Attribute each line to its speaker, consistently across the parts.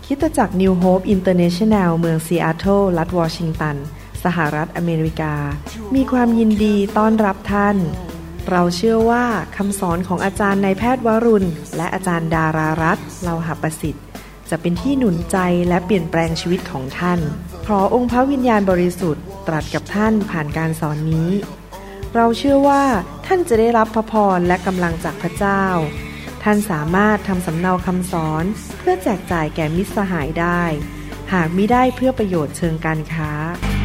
Speaker 1: คริสตจักร New Hope International เมืองซีแอตเทิลรัฐวอชิงตันสหรัฐอเมริกามีความยินดีต้อนรับท่านเราเชื่อว่าคำสอนของอาจารย์นายแพทย์วรุณและอาจารย์ดารารัตน์เลาหประสิทธิ์จะเป็นที่หนุนใจและเปลี่ยนแปลงชีวิตของท่านขอองค์พระวิญญาณบริสุทธิ์ตรัสกับท่านผ่านการสอนนี้เราเชื่อว่าท่านจะได้รับพระพรและกำลังจากพระเจ้าท่านสามารถทำสำเนาคำสอนเพื่อแจกจ่ายแก่มิตรสหายได้หากมิได้เพื่อประโยชน์เชิงการค้า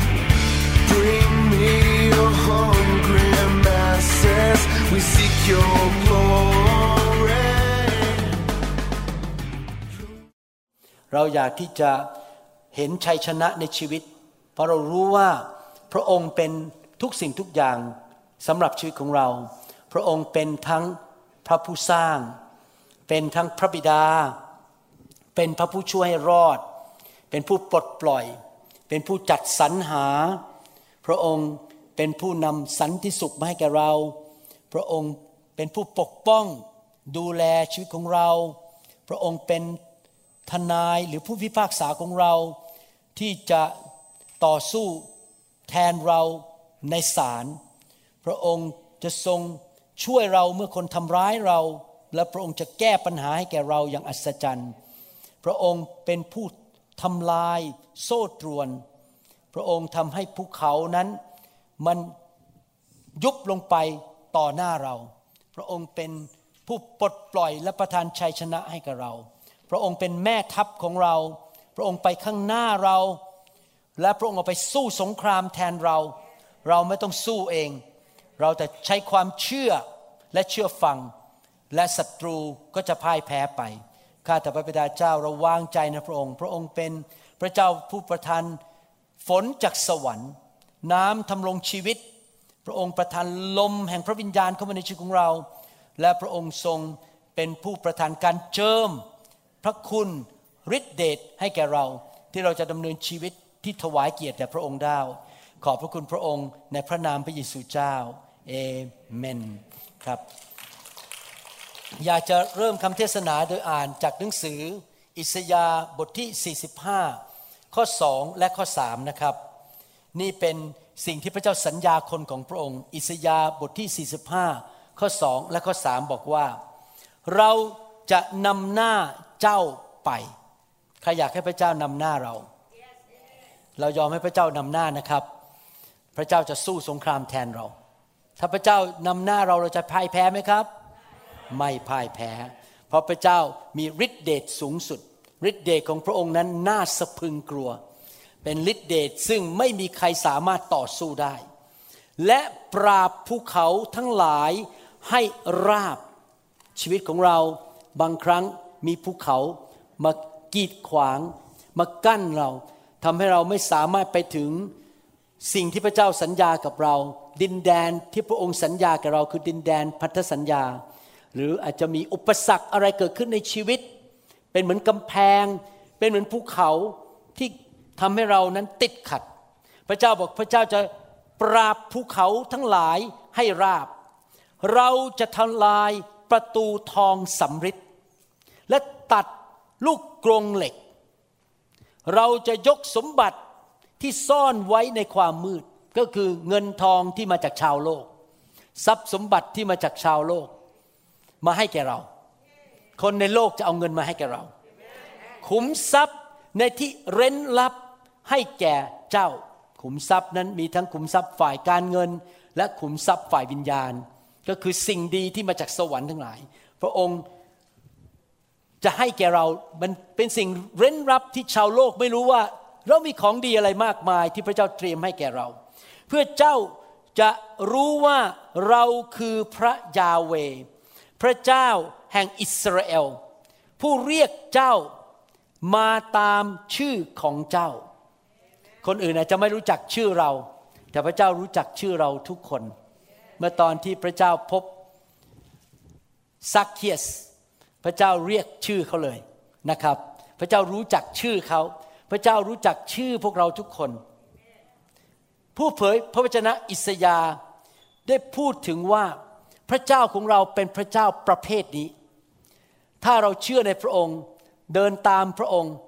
Speaker 2: เราอยากที่จะเห็นชัยชนะในชีวิตเพราะเรารู้ว่าพระองค์เป็นทุกสิ่งทุกอย่างสำหรับชีวิตของเราพระองค์เป็นทั้งพระผู้สร้างเป็นทั้งพระบิดาเป็นพระผู้ช่วยให้รอดเป็นผู้ปลดปล่อยเป็นผู้จัดสรรหาพระองค์เป็นผู้นำสันติสุขมาให้แก่เราพระองค์เป็นผู้ปกป้องดูแลชีวิตของเราพระองค์เป็นทนายหรือผู้พิพากษาของเราที่จะต่อสู้แทนเราในศาลพระองค์จะทรงช่วยเราเมื่อคนทำร้ายเราและพระองค์จะแก้ปัญหาให้แก่เราอย่างอัศจรรย์พระองค์เป็นผู้ทำลายโซ่ตรวนพระองค์ทำให้ภูเขานั้นมันยุบลงไปต่อหน้าเราพระองค์เป็นผู้ปลดปล่อยและประทานชัยชนะให้กับเราพระองค์เป็นแม่ทัพของเราพระองค์ไปข้างหน้าเราและพระองค์เอาไปสู้สงครามแทนเราเราไม่ต้องสู้เองเราแต่ใช้ความเชื่อและเชื่อฟังและศัตรูก็จะพ่ายแพ้ไปข้าแต่พระบิดาเจ้าเราวางใจในพระองค์พระองค์เป็นพระเจ้าผู้ประทานฝนจากสวรรค์น้ำทำลงชีวิตพระองค์ประทานลมแห่งพระวิญญาณเข้ามาในชีวิตของเราและพระองค์ทรงเป็นผู้ประทานการเจิมพระคุณฤทธิเดชให้แก่เราที่เราจะดำเนินชีวิตที่ถวายเกียรติแด่พระองค์ได้ขอบพระคุณพระองค์ในพระนามพระเยซูเจ้าเอเมนครับอยากจะเริ่มคำเทศนาโดยอ่านจากหนังสืออิสยาห์บทที่45ข้อ2และข้อ3นะครับนี่เป็นสิ่งที่พระเจ้าสัญญาคนของพระองค์อิสยาห์บทที่45ข้อ2และข้อ3บอกว่าเราจะนำหน้าเจ้าไปใครอยากให้พระเจ้านำหน้าเราเรายอมให้พระเจ้านำหน้านะครับพระเจ้าจะสู้สงครามแทนเราถ้าพระเจ้านำหน้าเราจะพ่ายแพ้ไหมครับไม่พ่ายแพ้เพราะพระเจ้ามีฤทธิเดชสูงสุดฤทธิเดชของพระองค์นั้นน่าสะพรึงกลัวเป็นฤทธิเดชซึ่งไม่มีใครสามารถต่อสู้ได้และปราบภูเขาทั้งหลายให้ราบชีวิตของเราบางครั้งมีภูเขามากีดขวางมากั้นเราทำให้เราไม่สามารถไปถึงสิ่งที่พระเจ้าสัญญากับเราดินแดนที่พระองค์สัญญากับเราคือดินแดนพันธสัญญาหรืออาจจะมีอุปสรรคอะไรเกิดขึ้นในชีวิตเป็นเหมือนกำแพงเป็นเหมือนภูเขาที่ทำให้เรานั้นติดขัดพระเจ้าบอกพระเจ้าจะปราบภูเขาทั้งหลายให้ราบเราจะทำลายประตูทองสำริดและตัดลูกกรงเหล็กเราจะยกสมบัติที่ซ่อนไว้ในความมืดก็คือเงินทองที่มาจากชาวโลกทรัพย์สมบัติที่มาจากชาวโลกมาให้แก่เราคนในโลกจะเอาเงินมาให้แก่เราขุมทรัพย์ในที่เร้นลับให้แก่เจ้าขุมทรัพย์นั้นมีทั้งขุมทรัพย์ฝ่ายการเงินและขุมทรัพย์ฝ่ายวิญญาณก็คือสิ่งดีที่มาจากสวรรค์ทั้งหลายพระองค์จะให้แก่เรามันเป็นสิ่งเร้นลับที่ชาวโลกไม่รู้ว่าเรามีของดีอะไรมากมายที่พระเจ้าเตรียมให้แก่เราเพื่อเจ้าจะรู้ว่าเราคือพระยาเวห์พระเจ้าแห่งอิสราเอลผู้เรียกเจ้ามาตามชื่อของเจ้าคนอื่นอาจจะไม่รู้จักชื่อเราแต่พระเจ้ารู้จักชื่อเราทุกคนเมื่อตอนที่พระเจ้าพบซักเคียสพระเจ้าเรียกชื่อเขาเลยนะครับพระเจ้ารู้จักชื่อเขาพระเจ้ารู้จักชื่อพวกเราทุกคนผู้เผยพระวจนะอิสยาห์ได้พูดถึงว่าพระเจ้าของเราเป็นพระเจ้าประเภทนี้ถ้าเราเชื่อในพระองค์เดินตามพระองค์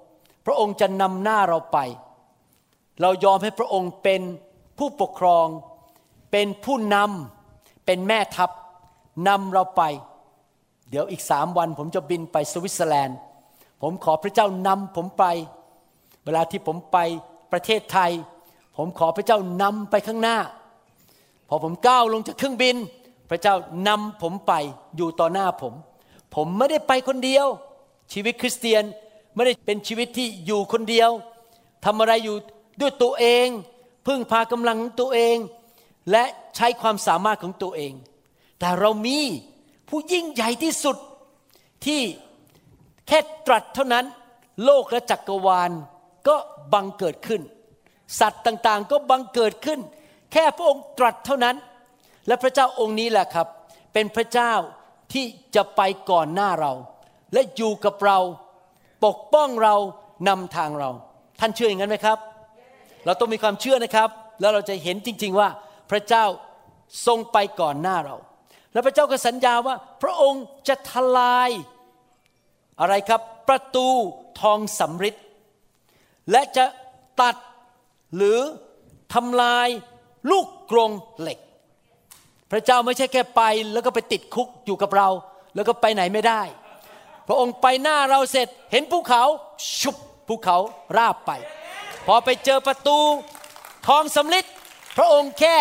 Speaker 2: พระองค์จะนำหน้าเราไปเรายอมให้พระองค์เป็นผู้ปกครองเป็นผู้นำเป็นแม่ทัพนำเราไปเดี๋ยวอีก3 วันผมจะบินไปสวิตเซอร์แลนด์ผมขอพระเจ้านำผมไปเวลาที่ผมไปประเทศไทยผมขอพระเจ้านำไปข้างหน้าพอผมก้าวลงจากเครื่องบินพระเจ้านำผมไปอยู่ต่อหน้าผมไม่ได้ไปคนเดียวชีวิตคริสเตียนไม่ได้เป็นชีวิตที่อยู่คนเดียวทำอะไรอยู่ด้วยตัวเองพึ่งพากำลังของตัวเองและใช้ความสามารถของตัวเองแต่เรามีผู้ยิ่งใหญ่ที่สุดที่แค่ตรัสเท่านั้นโลกและจักรวาลก็บังเกิดขึ้นสัตว์ต่างๆก็บังเกิดขึ้นแค่พระองค์ตรัสเท่านั้นและพระเจ้าองค์นี้แหละครับเป็นพระเจ้าที่จะไปก่อนหน้าเราและอยู่กับเราปกป้องเรานำทางเราท่านเชื่ออย่างนั้นไหมครับเราต้องมีความเชื่อนะครับแล้วเราจะเห็นจริงๆว่าพระเจ้าทรงไปก่อนหน้าเราและพระเจ้าก็สัญญาว่าพระองค์จะทลายอะไรครับประตูทองสำริดและจะตัดหรือทำลายลูกกรงเหล็กพระเจ้าไม่ใช่แค่ไปแล้วก็ไปติดคุกอยู่กับเราแล้วก็ไปไหนไม่ได้พระองค์ไปหน้าเราเสร็จเห็นภูเขาชุบภูเขาราบไปพอไปเจอประตูทองสำริดพระองค์แค่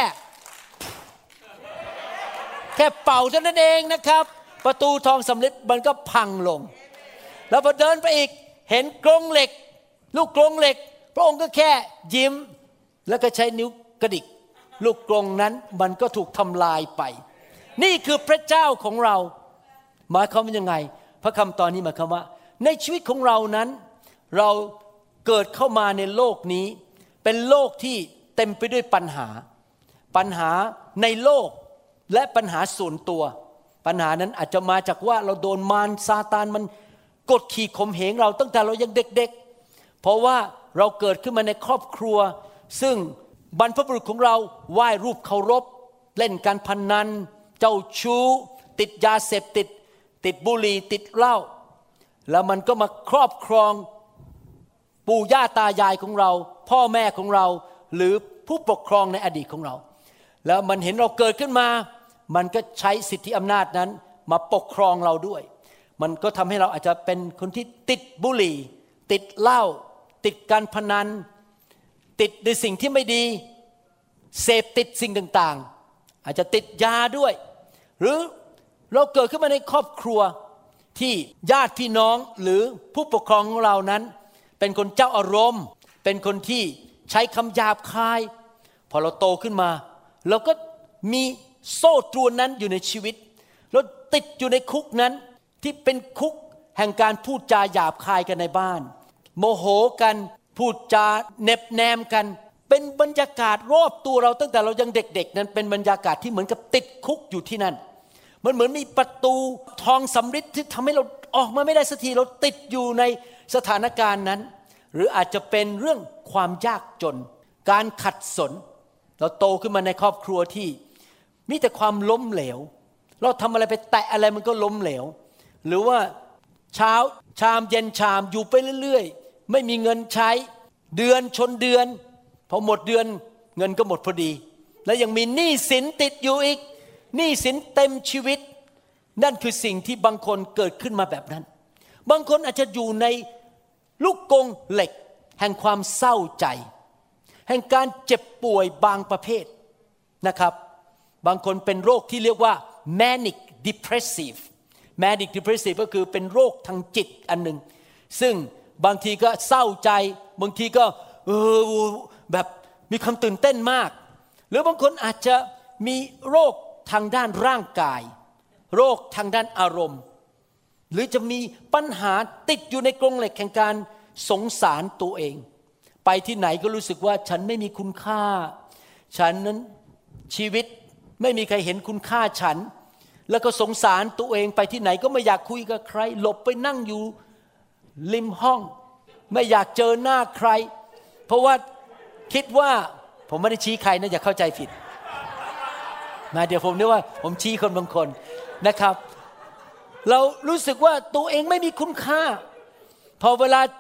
Speaker 2: เป่าเท่านั้นเองนะครับประตูทองสำริดมันก็พังลงแล้วพอเดินไปอีกเห็นกรงเหล็กลูกกรงเหล็กพระองค์ก็แค่ยิ้มแล้วก็ใช้นิ้วกระดิกลูกกรงนั้นมันก็ถูกทำลายไปนี่คือพระเจ้าของเราหมายความว่ายังไงพระคำตอนนี้หมายความว่าในชีวิตของเรานั้นเราเกิดเข้ามาในโลกนี้เป็นโลกที่เต็มไปด้วยปัญหาในโลกและปัญหาส่วนตัวปัญหานั้นอาจจะมาจากว่าเราโดนมารซาตานมันกดขี่ข่มเหงเราตั้งแต่เรายังเด็กๆเพราะว่าเราเกิดขึ้นมาในครอบครัวซึ่งบรรพบุรุษของเราไหว้รูปเคารพเล่นการพนันเจ้าชู้ติดยาเสพติดติดบุหรี่ติดเหล้าแล้วมันก็มาครอบครองปู่ย่าตายายของเราพ่อแม่ของเราหรือผู้ปกครองในอดีตของเราแล้วมันเห็นเราเกิดขึ้นมามันก็ใช้สิทธิอำนาจนั้นมาปกครองเราด้วยมันก็ทำให้เราอาจจะเป็นคนที่ติดบุหรี่ติดเหล้าติดการพนันติดในสิ่งที่ไม่ดีเสพติดสิ่งต่างๆอาจจะติดยาด้วยหรือเราเกิดขึ้นมาในครอบครัวที่ญาติพี่น้องหรือผู้ปกครองของเรานั้นเป็นคนเจ้าอารมณ์เป็นคนที่ใช้คำหยาบคายพอเราโตขึ้นมาเราก็มีโซ่ตรวนนั้นอยู่ในชีวิตเราติดอยู่ในคุกนั้นที่เป็นคุกแห่งการพูดจาหยาบคายกันในบ้านโมโหกันพูดจาเน็บแนมกันเป็นบรรยากาศรอบตัวเราตั้งแต่เรายังเด็กๆนั้นเป็นบรรยากาศที่เหมือนกับติดคุกอยู่ที่นั่นมันเหมือนมีประตูทองสำริดที่ทำให้เราออกมาไม่ได้สักทีเราติดอยู่ในสถานการณ์นั้นหรืออาจจะเป็นเรื่องความยากจนการขัดสนเราโตขึ้นมาในครอบครัวที่มีแต่ความล้มเหลวเราทำอะไรไปแตะอะไรมันก็ล้มเหลวหรือว่าเช้าชามเย็นชามอยู่ไปเรื่อยๆไม่มีเงินใช้เดือนชนเดือนพอหมดเดือนเงินก็หมดพอดีแล้วยังมีหนี้สินติดอยู่อีกหนี้สินเต็มชีวิตนั่นคือสิ่งที่บางคนเกิดขึ้นมาแบบนั้นบางคนอาจจะอยู่ในลูกกรงเหล็กแห่งความเศร้าใจแห่งการเจ็บป่วยบางประเภทนะครับบางคนเป็นโรคที่เรียกว่า manic depressive manic depressive ก็คือเป็นโรคทางจิตอันหนึ่งซึ่งบางทีก็เศร้าใจบางทีก็แบบมีความตื่นเต้นมากหรือบางคนอาจจะมีโรคทางด้านร่างกายโรคทางด้านอารมณ์หรือจะมีปัญหาติดอยู่ในกรงเหล็กแห่งการสงสารตัวเองไปที่ไหนก็รู้สึกว่าฉันไม่มีคุณค่าฉันนั้นชีวิตไม่มีใครเห็นคุณค่าฉันแล้วก็สงสารตัวเองไปที่ไหนก็ไม่อยากคุยกับใครหลบไปนั่งอยู่ริมห้องไม่อยากเจอหน้าใครเพราะว่าคิดว่าผมไม่ได้ชี้ใครนะอย่าเข้าใจผิดนะเดี๋ยวผมนึกว่าผมชี้คนบางคนนะครับเรารู้สึกว่าตัวเองไม่มีคุณค่าพอเวลา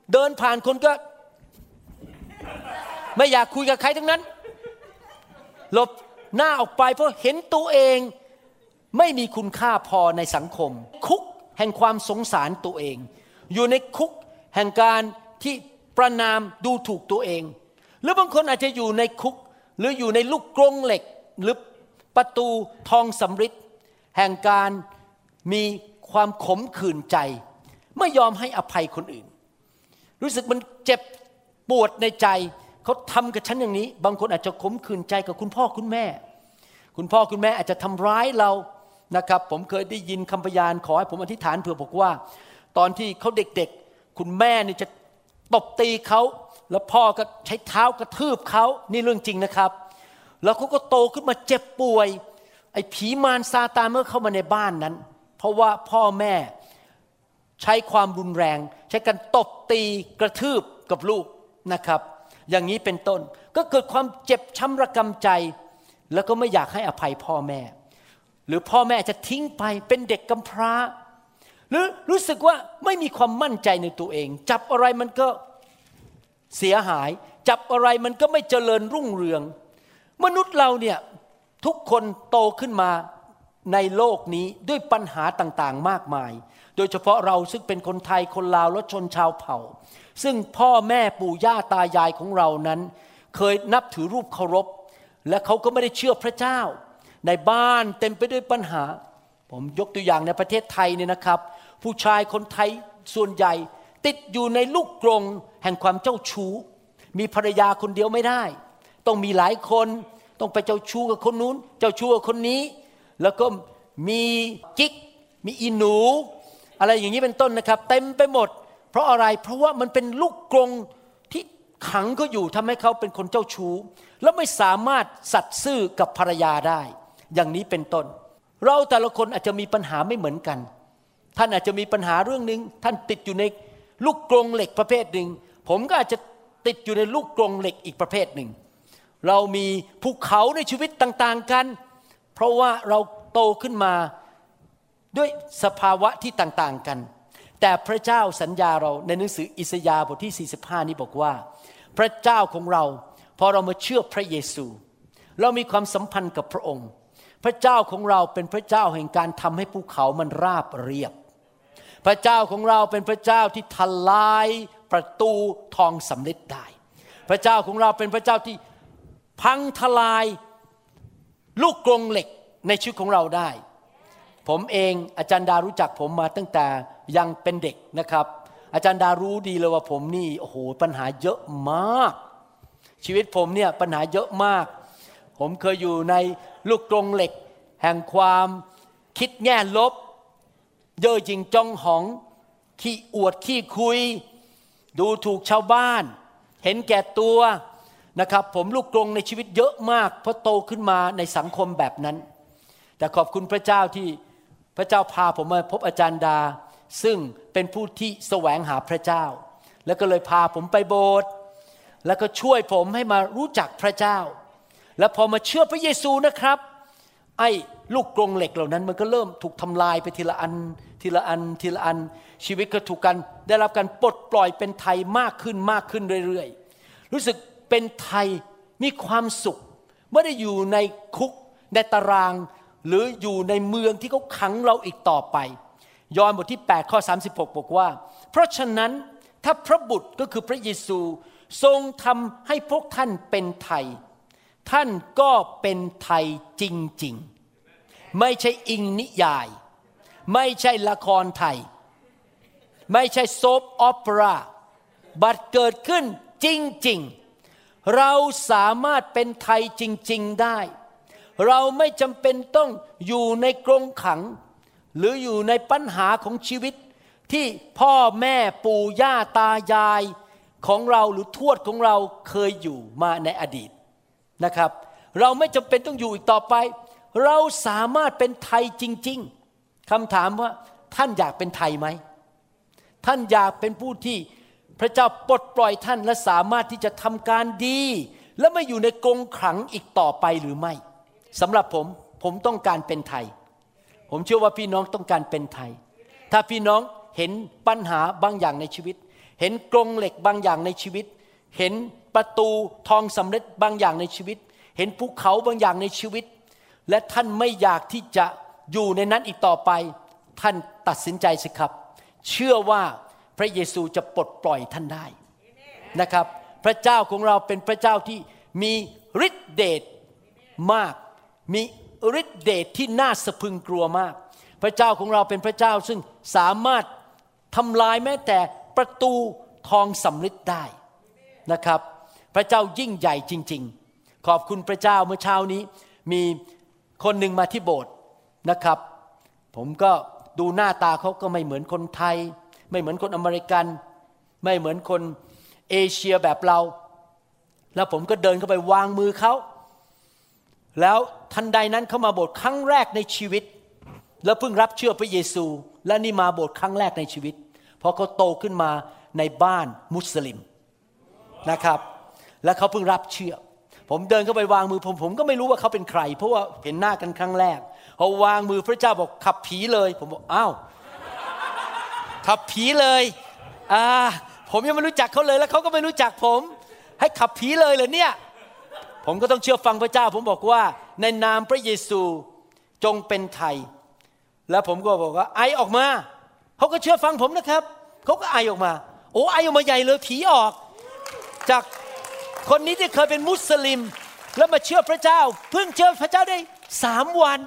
Speaker 2: เดินผ่านคนก็ไม่อยากคุยกับใครทั้งนั้นหลบหน้าออกไปเพราะเห็นตัวเองไม่มีคุณค่าพอในสังคมคุกแห่งความสงสารตัวเองอยู่ในคุกแห่งการที่ประณามดูถูกตัวเองหรือบางคนอาจจะอยู่ในคุกหรืออยู่ในลูกกรงเหล็กหรือประตูทองสำริดแห่งการมีความขมขื่นใจไม่ยอมให้อภัยคนอื่นรู้สึกมันเจ็บปวดในใจเขาทำกับฉันอย่างนี้บางคนอาจจะขมขื่นใจกับคุณพ่อคุณแม่คุณพ่อคุณแม่อาจจะทำร้ายเรานะครับผมเคยได้ยินคำพยานขอให้ผมอธิษฐานเผื่อบอกว่าตอนที่เขาเด็กๆคุณแม่นี่จะตบตีเขาแล้วพ่อก็ใช้เท้ากระทืบเขานี่เรื่องจริงนะครับแล้วเขาก็โตขึ้นมาเจ็บป่วยไอ้ผีมารซาตานเมื่อเข้ามาในบ้านนั้นเพราะว่าพ่อแม่ใช้ความรุนแรงใช้การตบตีกระทืบกับลูกนะครับอย่างนี้เป็นต้นก็เกิดความเจ็บช้ำระกำใจแล้วก็ไม่อยากให้อภัยพ่อแม่หรือพ่อแม่จะทิ้งไปเป็นเด็กกำพร้าหรือรู้สึกว่าไม่มีความมั่นใจในตัวเองจับอะไรมันก็เสียหายจับอะไรมันก็ไม่เจริญรุ่งเรืองมนุษย์เราเนี่ยทุกคนโตขึ้นมาในโลกนี้ด้วยปัญหาต่างๆมากมายโดยเฉพาะเราซึ่งเป็นคนไทยคนลาวและชนชาวเผ่าซึ่งพ่อแม่ปู่ย่าตายายของเรานั้นเคยนับถือรูปเคารพและเขาก็ไม่ได้เชื่อพระเจ้าในบ้านเต็มไปด้วยปัญหาผมยกตัวอย่างในประเทศไทยเนี่ยนะครับผู้ชายคนไทยส่วนใหญ่ติดอยู่ในลูกกรงแห่งความเจ้าชู้มีภรรยาคนเดียวไม่ได้ต้องมีหลายคนต้องไปเจ้าชู้กับคนนู้นเจ้าชู้กับคนนี้แล้วก็มีกิ๊กมีอีหนูอะไรอย่างนี้เป็นต้นนะครับเต็มไปหมดเพราะอะไรเพราะว่ามันเป็นลูกกรงที่ขังเขาอยู่ทำให้เขาเป็นคนเจ้าชู้แล้วไม่สามารถสัตย์ซื่อกับภรรยาได้อย่างนี้เป็นต้นเราแต่ละคนอาจจะมีปัญหาไม่เหมือนกันท่านอาจจะมีปัญหาเรื่องนึงท่านติดอยู่ในลูกกรงเหล็กประเภทหนึ่งผมก็อาจจะติดอยู่ในลูกกรงเหล็กอีกประเภทหนึ่งเรามีภูเขาในชีวิตต่างๆกันเพราะว่าเราโตขึ้นมาด้วยสภาวะที่ต่างๆกันแต่พระเจ้าสัญญาเราในหนังสืออิสยาห์บทที่45นี้บอกว่าพระเจ้าของเราพอเรามาเชื่อพระเยซูเรามีความสัมพันธ์กับพระองค์พระเจ้าของเราเป็นพระเจ้าแห่งการทำให้ภูเขามันราบเรียบพระเจ้าของเราเป็นพระเจ้าที่ทลายประตูทองสำริดได้พระเจ้าของเราเป็นพระเจ้าที่พังทลายลูกกรงเหล็กในชีวิตของเราได้ผมเองอาจารย์ดารู้จักผมมาตั้งแต่ยังเป็นเด็กนะครับอาจารย์ดารู้ดีเลยว่าผมนี่โอ้โหปัญหาเยอะมากชีวิตผมเนี่ยปัญหาเยอะมากผมเคยอยู่ในลูกกรงเหล็กแห่งความคิดแง่ลบเย่อหยิ่งจองหองขี้อวดขี้คุยดูถูกชาวบ้านเห็นแก่ตัวนะครับผมลูกกรงในชีวิตเยอะมากเพราะโตขึ้นมาในสังคมแบบนั้นแต่ขอบคุณพระเจ้าที่พระเจ้าพาผมมาพบอาจารย์ดาซึ่งเป็นผู้ที่แสวงหาพระเจ้าแล้วก็เลยพาผมไปโบสถ์แล้วก็ช่วยผมให้มารู้จักพระเจ้าแล้วพอมาเชื่อพระเยซูนะครับไอ้ลูกกรงเหล็กเหล่านั้นมันก็เริ่มถูกทำลายไปทีละอันทีละอันทีละอันชีวิตก็ถูกกันได้รับการปลดปล่อยเป็นไทยมากขึ้นมากขึ้นเรื่อยๆรู้สึกเป็นไทยมีความสุขไม่ได้อยู่ในคุกในตารางหรืออยู่ในเมืองที่เขาขังเราอีกต่อไปยอห์นบทที่8ข้อ36บอกว่าเพราะฉะนั้นถ้าพระบุตรก็คือพระเยซูทรงทำให้พวกท่านเป็นไทยท่านก็เป็นไทยจริงๆไม่ใช่อิงนิยายไม่ใช่ละครไทยไม่ใช่โซปออเปร่าบัดเกิดขึ้นจริงๆเราสามารถเป็นไทยจริงๆได้เราไม่จำเป็นต้องอยู่ในกรงขังหรืออยู่ในปัญหาของชีวิตที่พ่อแม่ปู่ย่าตายายของเราหรือทวดของเราเคยอยู่มาในอดีตนะครับเราไม่จำเป็นต้องอยู่อีกต่อไปเราสามารถเป็นไทยจริงๆคำถามว่าท่านอยากเป็นไทยไหมท่านอยากเป็นผู้ที่พระเจ้าปลดปล่อยท่านและสามารถที่จะทำการดีและไม่อยู่ในกรงขังอีกต่อไปหรือไม่สำหรับผมต้องการเป็นไทยผมเชื่อว่าพี่น้องต้องการเป็นไทยถ้าพี่น้องเห็นปัญหาบางอย่างในชีวิตเห็นกรงเหล็กบางอย่างในชีวิตเห็นประตูทองสำริดบางอย่างในชีวิตเห็นภูเขาบางอย่างในชีวิตและท่านไม่อยากที่จะอยู่ในนั้นอีกต่อไปท่านตัดสินใจสิครับเชื่อว่าพระเยซูจะปลดปล่อยท่านได้นะครับพระเจ้าของเราเป็นพระเจ้าที่มีฤทธิเดชมากมีฤทธิเดชที่น่าสะพรึงกลัวมากพระเจ้าของเราเป็นพระเจ้าซึ่งสามารถทำลายแม้แต่ประตูทองสำริดได้นะครับพระเจ้ายิ่งใหญ่จริงๆขอบคุณพระเจ้าเมื่อเช้านี้มีคนหนึ่งมาที่โบสถ์นะครับผมก็ดูหน้าตาเขาก็ไม่เหมือนคนไทยไม่เหมือนคนอเมริกันไม่เหมือนคนเอเชียแบบเราแล้วผมก็เดินเข้าไปวางมือเขาแล้วทันใดนั้นเขามาโบสถ์ครั้งแรกในชีวิตแล้วเพิ่งรับเชื่อพระเยซูและนี่มาโบสถ์ครั้งแรกในชีวิตเพราะเขาโตขึ้นมาในบ้านมุสลิมนะครับและเขาเพิ่งรับเชื่อผมเดินเข้าไปวางมือผมก็ไม่รู้ว่าเขาเป็นใครเพราะว่าเห็นหน้ากันครั้งแรกพอวางมือพระเจ้าบอกขับผีเลยผมบอกอ้าวขับผีเลยผมยังไม่รู้จักเขาเลยแล้วเขาก็ไม่รู้จักผมให้ขับผีเลยเหรอเนี่ยผมก็ต้องเชื่อฟังพระเจ้าผมบอกว่าในนามพระเยซูจงเป็นไทยแล้วผมก็บอกว่าไอออกมาเขาก็เชื่อฟังผมนะครับเขาก็ไอออกมาโอ้ไอออกมาใหญ่เลยผีออกจากคนนี้ที่เคยเป็นมุสลิมแล้วมาเชื่อพระเจ้าเพิ่งเชื่อพระเจ้าได้3 วัน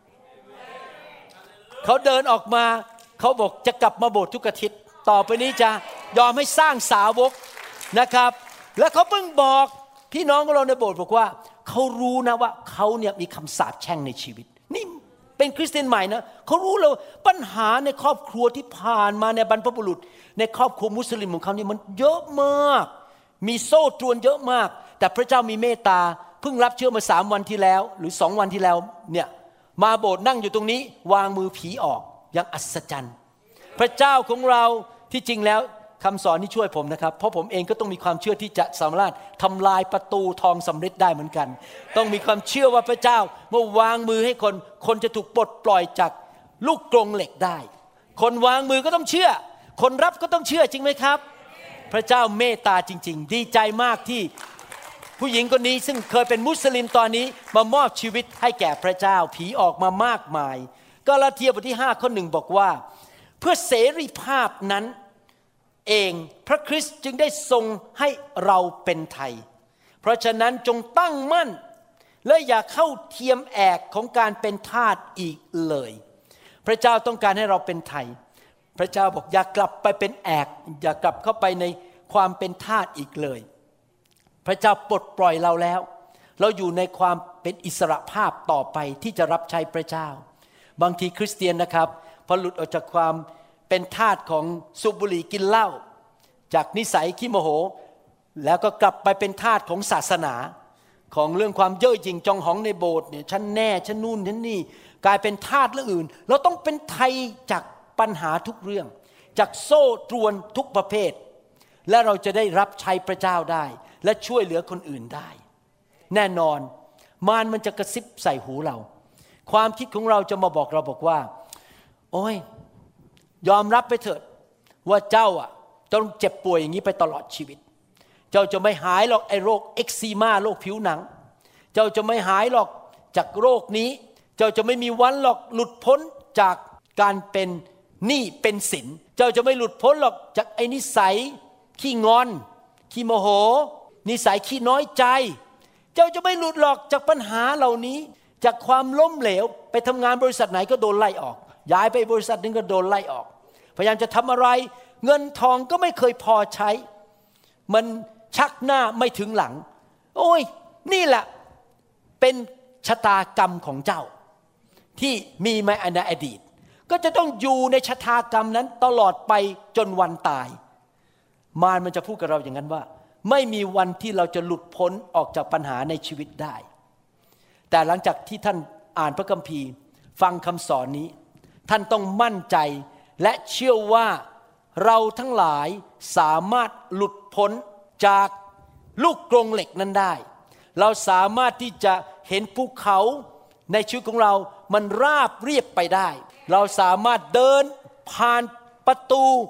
Speaker 2: เขาเดินออกมาเขาบอกจะกลับมาโบสถ์ทุกอาทิตย์ต่อไปนี้จะยอมให้สร้างสาวกนะครับแล้วเขาเพิ่งบอกพี่น้องของเราในโบสถ์บอกว่าเขารู้นะว่าเขาเนี่ยมีคำสาปแช่งในชีวิตนี่เป็นคริสเตียนใหม่นะเขารู้เลยปัญหาในครอบครัวที่ผ่านมาในบรรพบุรุษในครอบครัวมุสลิมของเขานี่มันเยอะมากมีโซ่ตรวนเยอะมากแต่พระเจ้ามีเมตตาเพิ่งรับเชื่อมา3 วันที่แล้วหรือ2 วันที่แล้วเนี่ยมาโบสถ์นั่งอยู่ตรงนี้วางมือผีออกอย่างอัศจรรย์พระเจ้าของเราที่จริงแล้วคำสอนนี้ช่วยผมนะครับเพราะผมเองก็ต้องมีความเชื่อที่จะสามารถทำลายประตูทองสำริดได้เหมือนกันต้องมีความเชื่อว่าพระเจ้าเมื่อวางมือให้คนจะถูกปลดปล่อยจากลูกกรงเหล็กได้คนวางมือก็ต้องเชื่อคนรับก็ต้องเชื่อจริงไหมครับพระเจ้าเมตตาจริงๆดีใจมากที่ผู้หญิงคนนี้ซึ่งเคยเป็นมุสลิมตอนนี้มามอบชีวิตให้แก่พระเจ้าผีออกมามากมายกาลาเทียบทที่5 ข้อ 1บอกว่าเพื่อเสรีภาพนั้นเองพระคริสต์จึงได้ทรงให้เราเป็นไทยเพราะฉะนั้นจงตั้งมั่นและอย่าเข้าเทียมแอกของการเป็นทาสอีกเลยพระเจ้าต้องการให้เราเป็นไทยพระเจ้าบอกอย่ากลับไปเป็นแอกอย่ากลับเข้าไปในความเป็นทาสอีกเลยพระเจ้าปลดปล่อยเราแล้วเราอยู่ในความเป็นอิสรภาพต่อไปที่จะรับใช้พระเจ้าบางทีคริสเตียนนะครับพอหลุดออกจากความเป็นทาสของสูบบุหรี่กินเหล้าจากนิสัยขี้โมโหแล้วก็กลับไปเป็นทาสของศาสนาของเรื่องความเย่อหยิ่งจองหองในโบสถ์เนี่ยฉันแน่ฉันนู่นฉันนี่กลายเป็นทาสเรื่องอื่นเราต้องเป็นไทยจากปัญหาทุกเรื่องจากโซ่ตรวนทุกประเภทและเราจะได้รับใช้พระเจ้าได้และช่วยเหลือคนอื่นได้แน่นอนมารมันจะกระซิบใส่หูเราความคิดของเราจะมาบอกเราบอกว่าโอ้ยยอมรับไปเถิดว่าเจ้าต้องเจ็บป่วยอย่างนี้ไปตลอดชีวิตเจ้าจะไม่หายหรอกไอ้โรคเอ็กซีมาโรคผิวหนังเจ้าจะไม่หายหรอกจากโรคนี้เจ้าจะไม่มีวันหรอกหลุดพ้นจากการเป็นหนี้เป็นสินเจ้าจะไม่หลุดพ้นหรอกจากไอ้นิสัยขี้งอนขี้โมโหนิสัยขี้น้อยใจเจ้าจะไม่หลุดหรอกจากปัญหาเหล่านี้จากความล้มเหลวไปทำงานบริษัทไหนก็โดนไล่ออกย้ายไปบริษัทนึงก็โดนไล่ออกพยายามจะทำอะไรเงินทองก็ไม่เคยพอใช้มันชักหน้าไม่ถึงหลังโอ้ยนี่แหละเป็นชะตากรรมของเจ้าที่มีมาในอดีตก็จะต้องอยู่ในชะตากรรมนั้นตลอดไปจนวันตายมารมันจะพูดกับเราอย่างนั้นว่าไม่มีวันที่เราจะหลุดพ้นออกจากปัญหาในชีวิตได้แต่หลังจากที่ท่านอ่านพระคัมภีร์ฟังคำสอนนี้ท่านต้องมั่นใจและเชื่อว่าเราทั้งหลายสามารถหลุดพ้นจากลูกกรงเหล็กนั้นได้เราสามารถที่จะเห็นภูเขาในชีวิตของเรามันราบเรียบไปได้เราสามารถเดินผ่านประตู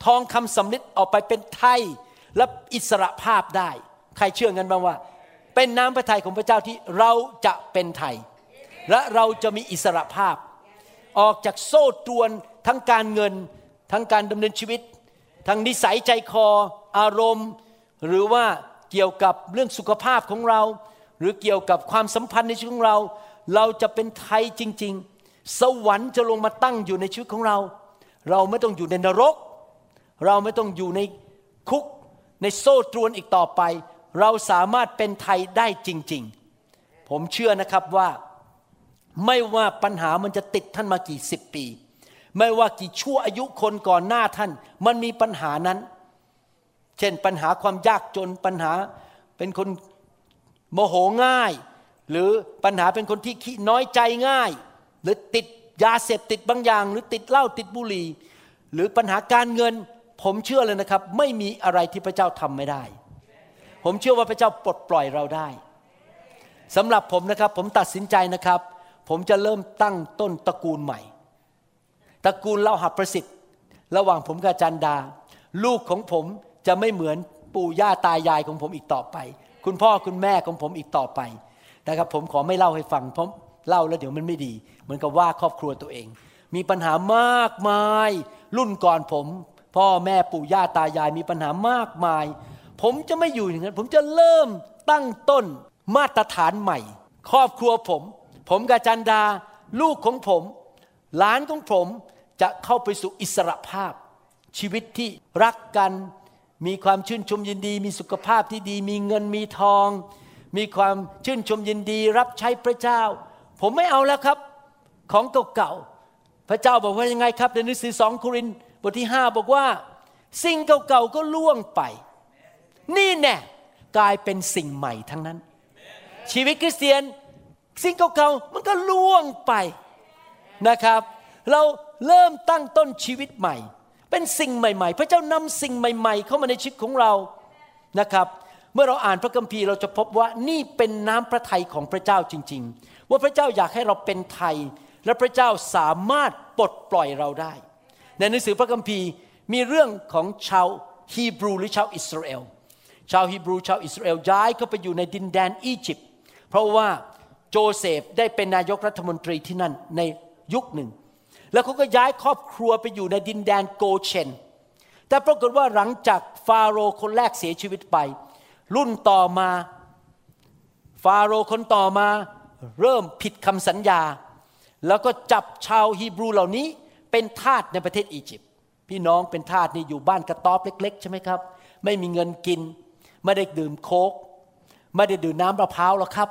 Speaker 2: ทองคำสำริดออกไปเป็นไทยและอิสรภาพได้ใครเชื่อกันบ้างว่าเป็นน้ำพระทัยของพระเจ้าที่เราจะเป็นไทยและเราจะมีอิสรภาพออกจากโซ่ตรวนทั้งการเงินทั้งการดำเนินชีวิตทั้งนิสัยใจคออารมณ์หรือว่าเกี่ยวกับเรื่องสุขภาพของเราหรือเกี่ยวกับความสัมพันธ์ในชีวิตของเราเราจะเป็นไทยจริงๆสวรรค์จะลงมาตั้งอยู่ในชีวิตของเราเราไม่ต้องอยู่ในนรกเราไม่ต้องอยู่ในคุกในโซ่ตรวนอีกต่อไปเราสามารถเป็นไทยได้จริงๆผมเชื่อนะครับว่าไม่ว่าปัญหามันจะติดท่านมากี่สิบปีไม่ว่ากี่ชั่วอายุคนก่อนหน้าท่านมันมีปัญหานั้นเช่นปัญหาความยากจนปัญหาเป็นคนโมโหง่ายหรือปัญหาเป็นคนที่ขี้น้อยใจง่ายหรือติดยาเสพติดบางอย่างหรือติดเหล้าติดบุหรี่หรือปัญหาการเงินผมเชื่อเลยนะครับไม่มีอะไรที่พระเจ้าทำไม่ได้ผมเชื่อว่าพระเจ้าปลดปล่อยเราได้สำหรับผมนะครับผมตัดสินใจนะครับผมจะเริ่มตั้งต้นตระกูลใหม่ตระกูลเล่าหับประสิทธิ์ระหว่างผมกับจันดาลูกของผมจะไม่เหมือนปู่ย่าตายายของผมอีกต่อไปคุณพ่อคุณแม่ของผมอีกต่อไปนะครับผมขอไม่เล่าให้ฟังเพราะเล่าแล้วเดี๋ยวมันไม่ดีเหมือนกับว่าครอบครัวตัวเองมีปัญหามากมายรุ่นก่อนผมพ่อแม่ปู่ย่าตายายมีปัญหามากมายผมจะไม่อยู่อย่างนั้นผมจะเริ่มตั้งต้นมาตรฐานใหม่ครอบครัวผมกับจันดาลูกของผมหลานของผมจะเข้าไปสู่อิสรภาพชีวิตที่รักกันมีความชื่นชมยินดีมีสุขภาพที่ดีมีเงินมีทองมีความชื่นชมยินดีรับใช้พระเจ้าผมไม่เอาแล้วครับของเก่าๆพระเจ้าบอกว่ายังไงครับในหนังสือ2 โครินธ์บทที่5บอกว่าสิ่งเก่าๆก็ล่วงไปนี่แน่กลายเป็นสิ่งใหม่ทั้งนั้นชีวิตคริสเตียนสิ่งเก่าๆมันก็ล่วงไปนะครับเราเริ่มตั้งต้นชีวิตใหม่เป็นสิ่งใหม่ๆพระเจ้านำสิ่งใหม่ๆเข้ามาในชีวิตของเรานะครับเมื่อเราอ่านพระคัมภีร์เราจะพบว่านี่เป็นน้ำพระทัยของพระเจ้าจริงๆว่าพระเจ้าอยากให้เราเป็นไทยและพระเจ้าสามารถปลดปล่อยเราได้ในหนังสือพระคัมภีร์มีเรื่องของชาวฮีบรูหรือชาวอิสราเอลชาวฮีบรูชาวอิสราเอลย้ายเข้าไปอยู่ในดินแดนอียิปต์เพราะว่าโจเซฟได้เป็นนายกรัฐมนตรีที่นั่นในยุคหนึ่งแล้วเขาก็ย้ายครอบครัวไปอยู่ในดินแดนโกเชนแต่ปรากฏว่าหลังจากฟาโรห์คนแรกเสียชีวิตไปรุ่นต่อมาฟาโรห์คนต่อมาเริ่มผิดคำสัญญาแล้วก็จับชาวฮีบรูเหล่านี้เป็นทาสในประเทศอียิปต์พี่น้องเป็นทาสนี่อยู่บ้านกระต๊อบเล็กๆใช่ไหมครับไม่มีเงินกินไม่ได้ดื่มโค้กไม่ได้ดื่มน้ำมะพร้าวหรอกครับ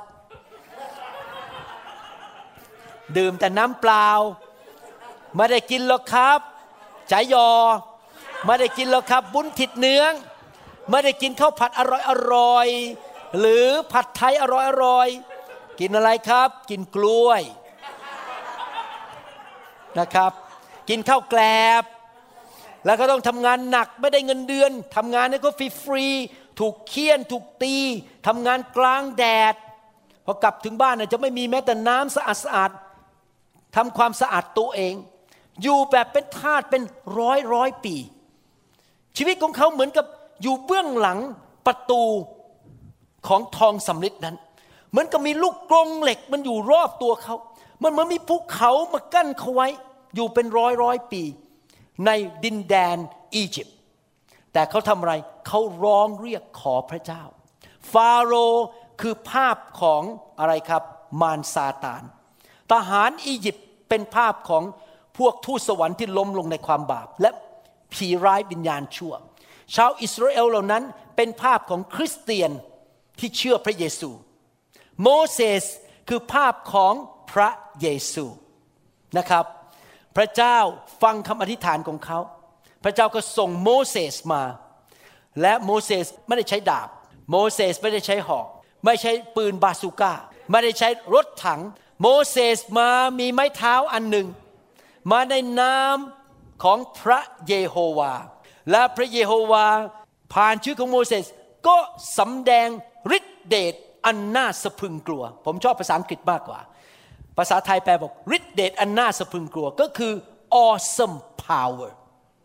Speaker 2: ดื่มแต่น้ำเปล่าไม่ได้กินหรอกครับใจยอไม่ได้กินหรอกครับบุญถิดเนื้อไม่ได้กินข้าวผัดอร่อยๆหรือผัดไทยอร่อยๆกินอะไรครับกินกล้วยนะครับกินข้าวแกลบแล้วก็ต้องทำงานหนักไม่ได้เงินเดือนทำงานนี่ก็ฟรีๆถูกเฆี่ยนถูกตีทำงานกลางแดดพอกลับถึงบ้านจะไม่มีแม้แต่น้ำสะอาดทำความสะอาดตัวเองอยู่แบบเป็นทาสเป็นร้อยปีชีวิตของเขาเหมือนกับอยู่เบื้องหลังประตูของทองสำริดนั้นเหมือนกับมีลูกกรงเหล็กมันอยู่รอบตัวเขามันเหมือนมีภูเขามากั้นเขาไว้อยู่เป็นร้อยปีในดินแดนอียิปต์แต่เขาทำอะไรเขาร้องเรียกขอพระเจ้าฟาโรห์คือภาพของอะไรครับมารซาตานทหารอียิปต์เป็นภาพของพวกทูตสวรรค์ที่ล้มลงในความบาปและผีร้ายวิญญาณชั่วชาวอิสราเอลเหล่านั้นเป็นภาพของคริสเตียนที่เชื่อพระเยซูโมเสสคือภาพของพระเยซูนะครับพระเจ้าฟังคำอธิษฐานของเขาพระเจ้าก็ส่งโมเสสมาและโมเสสไม่ได้ใช้ดาบโมเสสไม่ได้ใช้หอกไม่ใช้ปืนบาซูก้าไม่ได้ใช้รถถังโมเสสมามีไม้เท้าอันหนึ่งมาในนามของพระเยโฮวาและพระเยโฮวาผ่านชื่อของโมเสสก็สำแดงฤทธิเดชอันน่าสะพรึงกลัวผมชอบภาษาอังกฤษมากกว่าภาษาไทยแปลบอกฤทธิเดชอันน่าสะพรึงกลัวก็คือ awesome power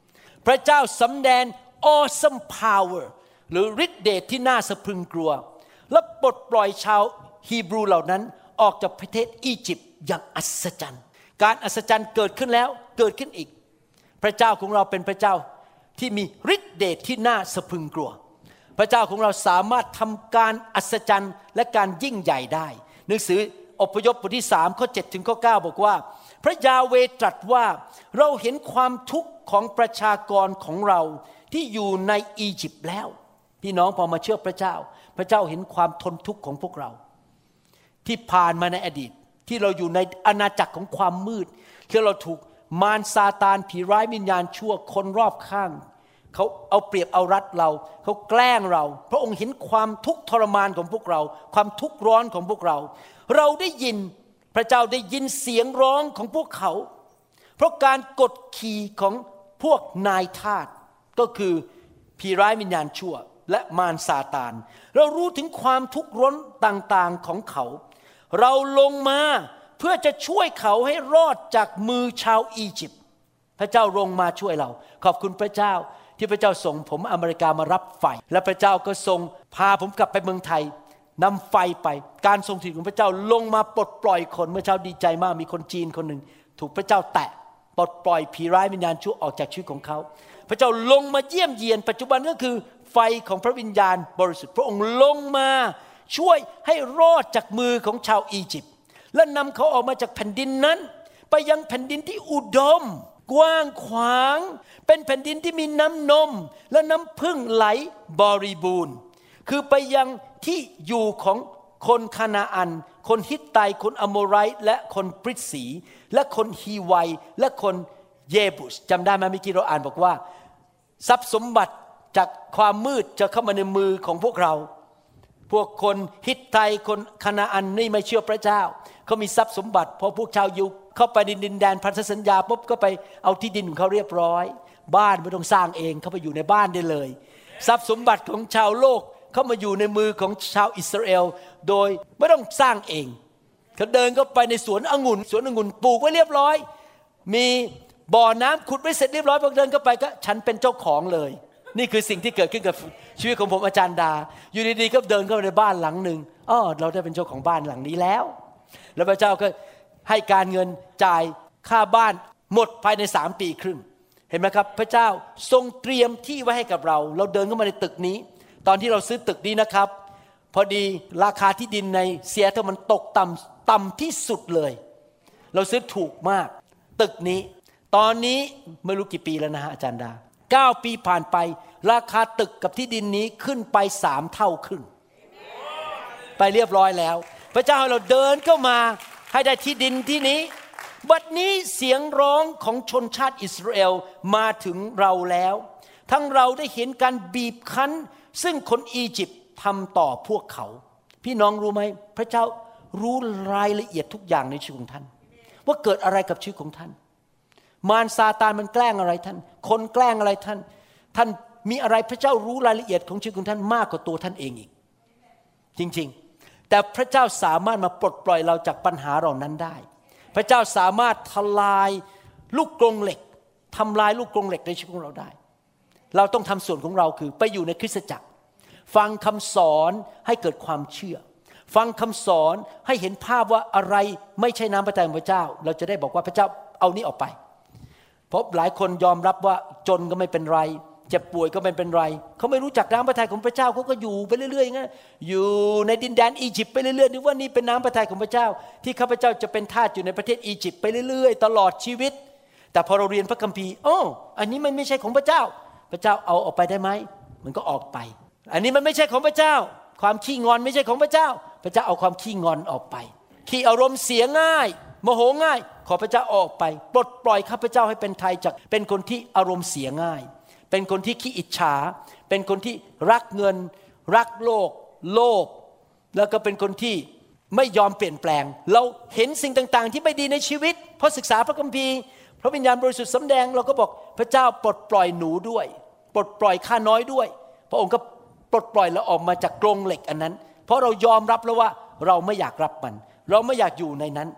Speaker 2: พระเจ้าสำแดง awesome power หรือฤทธิเดชที่น่าสะพรึงกลัวและปลดปล่อยชาวฮีบรูเหล่านั้นออกจากประเทศอียิปต์อย่างอัศจรรย์การอัศจรรย์เกิดขึ้นแล้วเกิดขึ้นอีกพระเจ้าของเราเป็นพระเจ้าที่มีฤทธิเดชที่น่าสะพรึงกลัวพระเจ้าของเราสามารถทำการอัศจรรย์และการยิ่งใหญ่ได้หนังสืออพยพบทที่3ข้อ7ถึงข้อ9บอกว่าพระยาเวห์ตรัสว่าเราเห็นความทุกข์ของประชากรของเราที่อยู่ในอียิปต์แล้วพี่น้องพอมาเชื่อพระเจ้าพระเจ้าเห็นความทนทุกข์ของพวกเราที่ผ่านมาในอดีตที่เราอยู่ในอาณาจักรของความมืดที่เราถูกมารซาตานผีร้ายวิญญาณชั่วคนรอบข้างเขาเอาเปรียบเอารัดเราเขาแกล้งเราพระองค์เห็นความทุกข์ทรมานของพวกเราความทุกข์ร้อนของพวกเราเราได้ยินพระเจ้าได้ยินเสียงร้องของพวกเขาเพราะการกดขี่ของพวกนายทาสก็คือผีร้ายวิญญาณชั่วและมารซาตานเรารู้ถึงความทุกข์ร้อนต่างๆของเขาเราลงมาเพื่อจะช่วยเขาให้รอดจากมือชาวอียิปต์พระเจ้าลงมาช่วยเราขอบคุณพระเจ้าที่พระเจ้าส่งผมอเมริกามารับไฟและพระเจ้าก็ทรงพาผมกลับไปเมืองไทยนำไฟไปการทรงสถิตของพระเจ้าลงมาปลดปล่อยคนเมื่อเช้าดีใจมากมีคนจีนคนหนึ่งถูกพระเจ้าแตะปลดปล่อยผีร้ายวิญญาณชั่วออกจากชีวิตของเขาพระเจ้าลงมาเยี่ยมเยียนปัจจุบันก็คือไฟของพระวิญญาณบริสุทธิ์พระองค์ลงมาช่วยให้รอดจากมือของชาวอียิปต์และนำเขาออกมาจากแผ่นดินนั้นไปยังแผ่นดินที่อุดมกว้างขวางเป็นแผ่นดินที่มีน้ำนมและน้ำพึ่งไหลบริบูรณ์คือไปยังที่อยู่ของคนคานาอันคนฮิตไตคนอโมไรต์และคนปริสีและคนฮีไวและคนเยบุสจำได้ไหมเมื่อกี้เราอ่านบอกว่าทรัพย์สมบัติจากความมืดจะเข้ามาในมือของพวกเราพวกคนฮิตไตคนคานาอันนี่ไม่เชื่อพระเจ้าเขามีทรัพย์สมบัติพอพวกชาวยิวเข้าไปในดินแดนพันธสัญญาปุ๊บก็ไปเอาที่ดินของเขาเรียบร้อยบ้านไม่ต้องสร้างเองเขาไปอยู่ในบ้านได้เลยทรัพย์สมบัติของชาวโลกเข้ามาอยู่ในมือของชาวอิสราเอลโดยไม่ต้องสร้างเองเขาเดินเข้าไปในสวนองุ่นปลูกไว้เรียบร้อยมีบ่อน้ำขุดไว้เสร็จเรียบร้อยพอเดินเข้าไปก็ฉันเป็นเจ้าของเลยนี่คือสิ่งที่เกิดขึ้นกับชีวิตของผมอาจารย์ดาอยู่ดีๆก็เดินเข้าไปในบ้านหลังนึงเราได้เป็นเจ้าของบ้านหลังนี้แล้วพระเจ้าก็ให้การเงินจ่ายค่าบ้านหมดภายใน3 ปีครึ่งเห็นไหมครับพระเจ้าทรงเตรียมที่ไว้ให้กับเราเดินเข้ามาในตึกนี้ตอนที่เราซื้อตึกนี้นะครับพอดีราคาที่ดินในเซียโตรมันตกต่ำที่สุดเลยเราซื้อถูกมากตึกนี้ตอนนี้ไม่รู้กี่ปีแล้วนะฮะอาจารย์ดา9 ปีผ่านไปราคาตึกกับที่ดินนี้ขึ้นไป3 เท่าครึ่งไปเรียบร้อยแล้วพระเจ้าให้เราเดินเข้ามาให้ได้ที่ดินที่นี้บัดนี้เสียงร้องของชนชาติอิสราเอลมาถึงเราแล้วทั้งเราได้เห็นการบีบคั้นซึ่งคนอียิปต์ทำต่อพวกเขาพี่น้องรู้ไหมพระเจ้ารู้รายละเอียดทุกอย่างในชีวิตของท่านว่าเกิดอะไรกับชีวิตของท่านมารซาตานมันแกล้งอะไรท่านคนแกล้งอะไรท่านมีอะไรพระเจ้ารู้รายละเอียดของชีวิตของท่านมากกว่าตัวท่านเองอีกจริงๆแต่พระเจ้าสามารถมาปลดปล่อยเราจากปัญหาเหล่านั้นได้พระเจ้าสามารถทลายลูกกรงเหล็กทำลายลูกกรงเหล็กในชีวิตของเราได้เราต้องทำส่วนของเราคือไปอยู่ในคริสตจักรฟังคำสอนให้เกิดความเชื่อฟังคำสอนให้เห็นภาพว่าอะไรไม่ใช่น้ำพระทัยของพระเจ้าเราจะได้บอกว่าพระเจ้าเอานี้ออกไปเพราะหลายคนยอมรับว่าจนก็ไม่เป็นไรเจ็บป่วยก็ไม่เป็นไรเขาไม่รู้จักน้ำพระทัยของพระเจ้าเขาก็อยู่ไปเรื่อยๆอย่างนั้นอยู่ในดินแดนอียิปต์ไปเรื่อยๆนึกว่านี่เป็นน้ำพระทัยของพระเจ้าที่ข้าพเจ้าจะเป็นทาสอยู่ในประเทศอียิปต์ไปเรื่อยๆตลอดชีวิตแต่พอเราเรียนพระคัมภีร์อันนี้มันไม่ใช่ของพระเจ้าพระเจ้าเอาออกไปได้ไหมมันก็ออกไปอันนี้มันไม่ใช่ของพระเจ้าความขี้งอนไม่ใช่ของพระเจ้าพระเจ้าเอาความขี้งอนออกไปขี้อารมณ์เสียง่ายโมโหง่ายขอพระเจ้าออกไปปลดปล่อยข้าพเจ้าให้เป็นไทยจากเป็นคนที่อารมณ์เสียง่ายเป็นคนที่ขี้อิจฉาเป็นคนที่รักเงินรักโลกโลภแล้วก็เป็นคนที่ไม่ยอมเปลี่ยนแปลงเราเห็นสิ่งต่างๆที่ไม่ดีในชีวิตเพราะศึกษาพระคัมภีร์พระวิญญาณบริสุทธิ์สำแดงเราก็บอกพระเจ้าปลดปล่อยหนูด้วยปลดปล่อยข้าน้อยด้วยพระองค์ก็ปลดปล่อยเราออกมาจากกรงเหล็กอันนั้นเพราะเรายอมรับแล้วว่าเราไม่อยากรับมันเราไม่อยากอยู่ในนั้น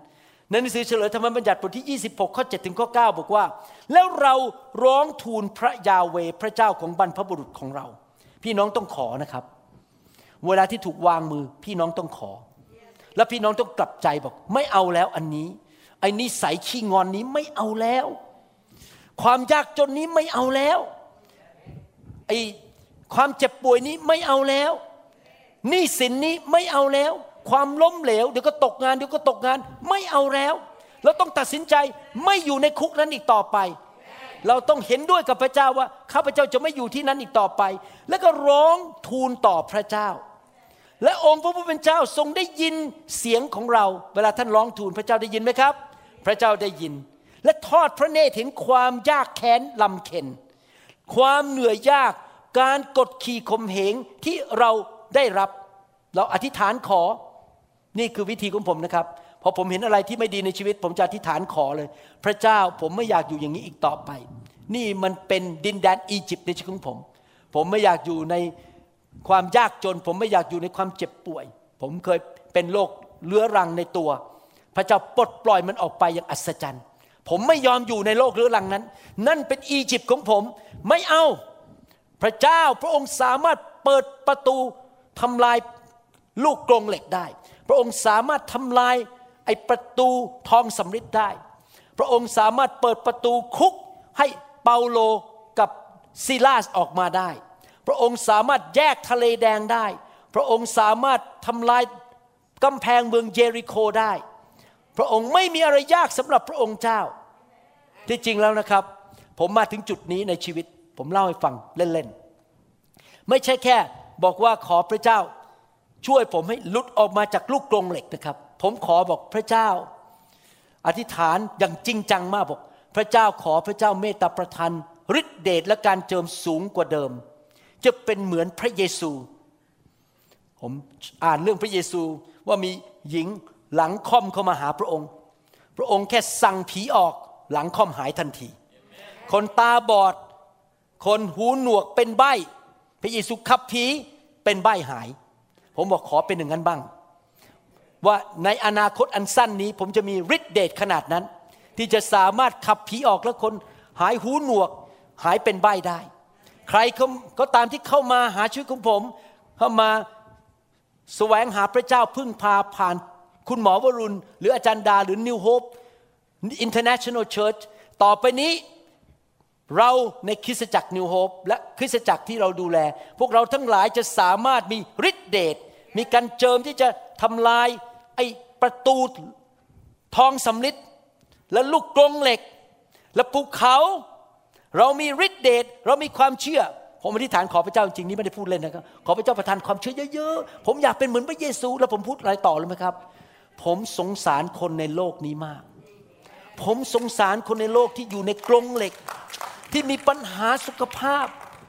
Speaker 2: ในหนังสือเฉลยธรรมบัญญัติบทที่26ข้อ7ถึงข้อ9บอกว่าแล้วเราร้องทูลพระยาเวห์พระเจ้าของบรรพบุรุษของเราพี่น้องต้องขอนะครับเวลาที่ถูกวางมือพี่น้องต้องขอแล้วพี่น้องต้องกลับใจบอกไม่เอาแล้วอันนี้ไอ้นิสัยขี้งอนนี้ไม่เอาแล้วความยากจนนี้ไม่เอาแล้วไอ้ความเจ็บป่วยนี้ไม่เอาแล้วหนี้สินนี้ไม่เอาแล้วความล้มเหลวเดี๋ยวก็ตกงานเดี๋ยวก็ตกงานไม่เอาแล้วเราต้องตัดสินใจไม่อยู่ในคุกนั้นอีกต่อไปเราต้องเห็นด้วยกับพระเจ้าว่าข้าพเจ้าจะไม่อยู่ที่นั้นอีกต่อไปแล้วก็ร้องทูลต่อพระเจ้าและองค์พระผู้เป็นเจ้าทรงได้ยินเสียงของเราเวลาท่านร้องทูลพระเจ้าได้ยินไหมครับพระเจ้าได้ยินและทอดพระเนตรเห็นความยากแค้นลำเค็ญความเหนื่อยยากการกดขี่ข่มเหงที่เราได้รับเราอธิษฐานขอนี่คือวิธีของผมนะครับพอผมเห็นอะไรที่ไม่ดีในชีวิตผมจะอธิษฐานขอเลยพระเจ้าผมไม่อยากอยู่อย่างนี้อีกต่อไปนี่มันเป็นดินแดนอียิปต์ในชีวิตของผมไม่อยากอยู่ในความยากจนผมไม่อยากอยู่ในความเจ็บป่วยผมเคยเป็นโรคเรื้อรังในตัวพระเจ้าปลดปล่อยมันออกไปอย่างอัศจรรย์ผมไม่ยอมอยู่ในโรคเรื้อรังนั้นนั่นเป็นอียิปต์ของผมไม่เอาพระเจ้าพระองค์สามารถเปิดประตูทำลายลูกกรงเหล็กได้พระองค์สามารถทำลายไอ้ประตูทองสำริดได้พระองค์สามารถเปิดประตูคุกให้เปาโลกับซิลาสออกมาได้พระองค์สามารถแยกทะเลแดงได้พระองค์สามารถทำลายกำแพงเมืองเยริโคได้พระองค์ไม่มีอะไรยากสำหรับพระองค์เจ้าที่จริงแล้วนะครับผมมาถึงจุดนี้ในชีวิตผมเล่าให้ฟังเล่นๆไม่ใช่แค่บอกว่าขอพระเจ้าช่วยผมให้หลุดออกมาจากลูกกรงเหล็กนะครับผมขอบอกพระเจ้าอธิษฐานอย่างจริงจังมากบอกพระเจ้าขอพระเจ้าเมตตาประทานฤทธิเดชและการเจิมสูงกว่าเดิมจะเป็นเหมือนพระเยซูผมอ่านเรื่องพระเยซูว่ามีหญิงหลังค่อมเข้ามาหาพระองค์พระองค์แค่สั่งผีออกหลังค่อมหายทันทีคนตาบอดคนหูหนวกเป็นใบ้พระเยซูขับผีเป็นใบ้หายผมบอกขอเป็นอย่างนั้นบ้างว่าในอนาคตอันสั้นนี้ผมจะมีฤทธิ์เดชขนาดนั้นที่จะสามารถขับผีออกแล้วคนหายหูหนวกหายเป็นใบ้ได้ใครก็ตามที่เข้ามาหาชีวิตของผมเข้ามาแสวงหาพระเจ้าพึ่งพาผ่านคุณหมอวรุณหรืออาจารย์ดาหรือ New Hope International Church ต่อไปนี้เราในคริสตจักร New Hope และคริสตจักรที่เราดูแลพวกเราทั้งหลายจะสามารถมีฤทธิ์เดชมีการเจิมที่จะทำลายไอ้ประตูทองสำริดและลูกกรงเหล็กและภูเขาเรามีฤทธิ์เดชเรามีความเชื่อผมอธิษฐานขอพระเจ้าจริงๆนี่ไม่ได้พูดเล่นนะครับขอพระเจ้าประทานความเชื่อเยอะๆผมอยากเป็นเหมือนพระเยซูแล้วผมพูดอะไรต่อเลยไหมครับผมสงสารคนในโลกนี้มากผมสงสารคนในโลกที่อยู่ในกรงเหล็กที่มีปัญหาสุขภาพ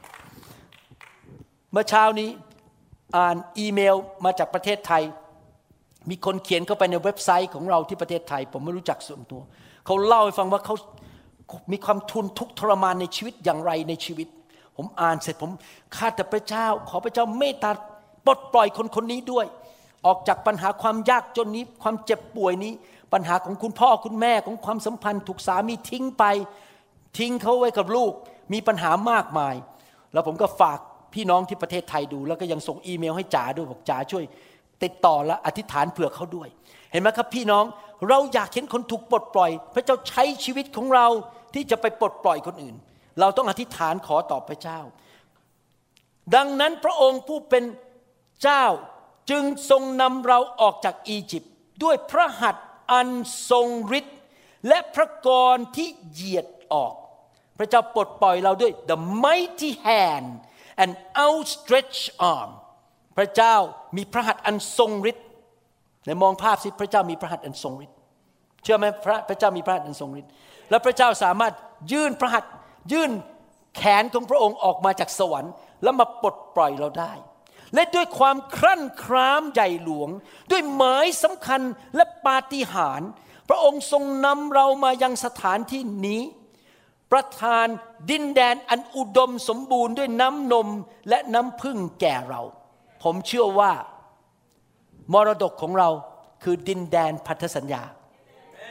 Speaker 2: เมื่อเช้านี้อ่านอีเมลมาจากประเทศไทยมีคนเขียนเข้าไปในเว็บไซต์ของเราที่ประเทศไทยผมไม่รู้จักส่วนตัวเขาเล่าให้ฟังว่าเขามีความทุนทุกข์ทรมานในชีวิตอย่างไรในชีวิตผมอ่านเสร็จผมข้าแต่พระเจ้าขอพระเจ้าเมตตาปลดปล่อยคนคนนี้ด้วยออกจากปัญหาความยากจนนี้ความเจ็บป่วยนี้ปัญหาของคุณพ่อคุณแม่ของความสัมพันธ์ถูกสามีทิ้งไปทิ้งเขาไว้กับลูกมีปัญหามากมายแล้วผมก็ฝากพี่น้องที่ประเทศไทยดูแล้วก็ยังส่งอีเมลให้จ๋าด้วยบอกจ๋าช่วยติดต่อและอธิษฐานเผื่อเขาด้วยเห็นไหมครับพี่น้องเราอยากเห็นคนถูกปลดปล่อยพระเจ้าใช้ชีวิตของเราที่จะไปปลดปล่อยคนอื่นเราต้องอธิษฐานขอต่อพระเจ้าดังนั้นพระองค์ผู้เป็นเจ้าจึงทรงนำเราออกจากอียิปต์ด้วยพระหัตถ์อันทรงฤทธิ์และพระกรที่เหยียดออกพระเจ้าปลดปล่อยเราด้วย the mighty hand and outstretched arm พระเจ้ามีพระหัตถ์อันทรงฤทธิ์ในมองภาพสิพระเจ้ามีพระหัตถ์อันทรงฤทธิ์เชื่อไหมพระเจ้ามีพระหัตถ์อันทรงฤทธิ์และพระเจ้าสามารถยื่นพระหัตถ์ยื่นแขนของพระองค์ออกมาจากสวรรค์แล้วมาปลดปล่อยเราได้และด้วยความครั่นคร้ามใหญ่หลวงด้วยหมายสำคัญและปาฏิหาริย์พระองค์ทรงนำเรามายังสถานที่นี้ประทานดินแดนอันอุดมสมบูรณ์ด้วยน้ำนมและน้ำผึ้งแก่เราผมเชื่อว่ามรดกของเราคือดินแดนพันธสัญญา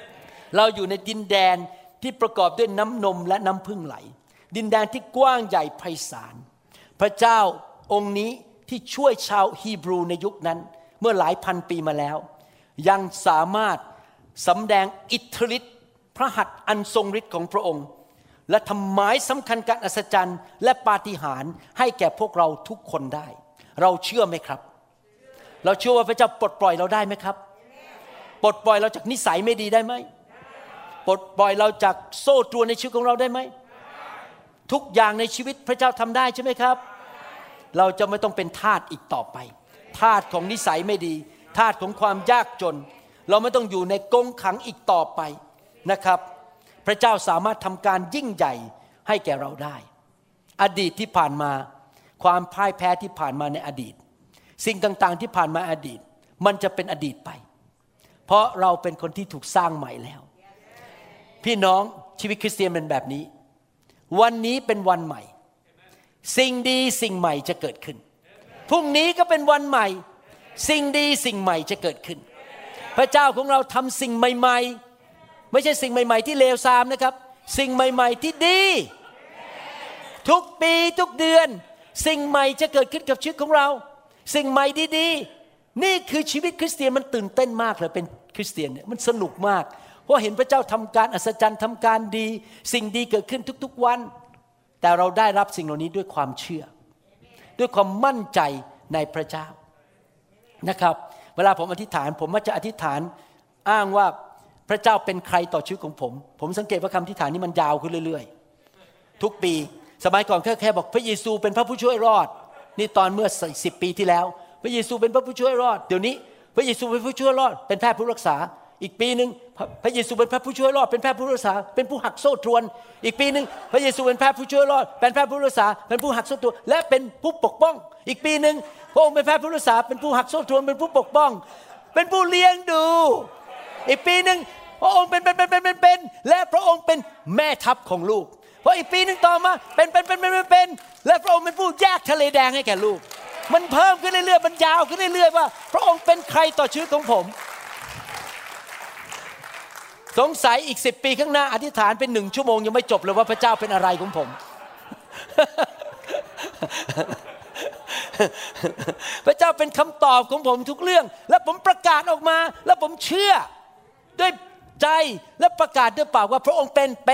Speaker 2: เราอยู่ในดินแดนที่ประกอบด้วยน้ำนมและน้ำพึ่งไหลดินแดนที่กว้างใหญ่ไพศาลพระเจ้าองค์นี้ที่ช่วยชาวฮีบรูในยุคนั้นเมื่อหลายพันปีมาแล้วยังสามารถสำแดงอิทธิฤทธิ์พระหัตถ์อันทรงฤทธิ์ของพระองค์และทำหมายสำคัญการอัศจรรย์และปาฏิหาริย์ให้แก่พวกเราทุกคนได้เราเชื่อไหมครับเราเชื่อว่าพระเจ้าปลดปล่อยเราได้ไหมครับปลดปล่อยเราจากนิสัยไม่ดีได้ไหมปลดปล่อยเราจากโซ่ตรวนในชีวิตของเราได้ไหมทุกอย่างในชีวิตพระเจ้าทำได้ใช่ไหมครับเราจะไม่ต้องเป็นทาสอีกต่อไปทาสของนิสัยไม่ดีทาสของความยากจนเราไม่ต้องอยู่ในกรงขังอีกต่อไปนะครับพระเจ้าสามารถทำการยิ่งใหญ่ให้แก่เราได้อดีตที่ผ่านมาความพ่ายแพ้ที่ผ่านมาในอดีตสิ่งต่างๆที่ผ่านมาอดีตมันจะเป็นอดีตไปเพราะเราเป็นคนที่ถูกสร้างใหม่แล้วพี่น้องชีวิตคริสเตียนเป็นแบบนี้วันนี้เป็นวันใหม่สิ่งดีสิ่งใหม่จะเกิดขึ้นพรุ่งนี้ก็เป็นวันใหม่สิ่งดีสิ่งใหม่จะเกิดขึ้นพระเจ้าของเราทำสิ่งใหม่ๆไม่ใช่สิ่งใหม่ๆที่เลวทรามนะครับสิ่งใหม่ๆที่ดีทุกปีทุกเดือนสิ่งใหม่จะเกิดขึ้นกับชีวิตของเราสิ่งใหม่ดีๆนี่คือชีวิตคริสเตียนมันตื่นเต้นมากเลยเป็นคริสเตียนเนี่ยมันสนุกมากเพราะเห็นพระเจ้าทำการอัศจรรย์ทำการดีสิ่งดีเกิดขึ้นทุกๆวันแต่เราได้รับสิ่งเหล่านี้ด้วยความเชื่อด้วยความมั่นใจในพระเจ้านะครับเวลาผมอธิษฐานผมมักจะอธิษฐานอ้างว่าพระเจ้าเป็นใครต่อชีวิตของผมสังเกตว่าคำอธิษฐานนี้มันยาวขึ้นเรื่อยๆทุกปีสมัยก่อนแค่บอกพระเยซูเป็นพระผู้ช่วยรอดนี่ตอนเมื่อ10 ปีที่แล้วพระเยซูเป็นพระผู้ช่วยรอดเดี๋ยวนี้พระเยซูเป็นผู้ช่วยรอดเป็นแพทย์ผู้รักษาอีกปีนึงพระเยซูเป็นพระผู้ช่วยรอดเป็นแพทย์ผู้รักษาเป็นผู้หักโซ่ตรวนอีกปีนึงพระเยซูเป็นแพทย์ผู้ช่วยรอดเป็นแพทย์ผู้รักษาเป็นผู้หักโซ่ตรวนและเป็นผู้ปกป้องอีกปีนึงพระองค์เป็นแพทย์ผู้รักษาเป็นผู้หักโซ่ตรวนเป็นผู้ปกป้องเป็นผู้เลี้ยงดูอีกปีนึงพระองค์เป็นและพระองค์เป็นแม่ทัพของลูกพออีกปีนึงต่อมาเป็นและพระองค์เป็นผู้แยกทะเลแดงให้แก่ลูกมันเพิ่มขึ้นเรื่อยๆมันยาวขึ้นเรื่อยๆว่าพระองค์เป็นใครต่อชีวิตของผมสงสัยอีก10 ปีข้างหน้าอธิษฐานเป็น1 ชั่วโมงยังไม่จบเลยว่าพระเจ้าเป็นอะไรของผม พระเจ้าเป็นคำตอบของผมทุกเรื่องและผมประกาศออกมาและผมเชื่อด้วยใจและประกาศด้วยปากว่าพระองค์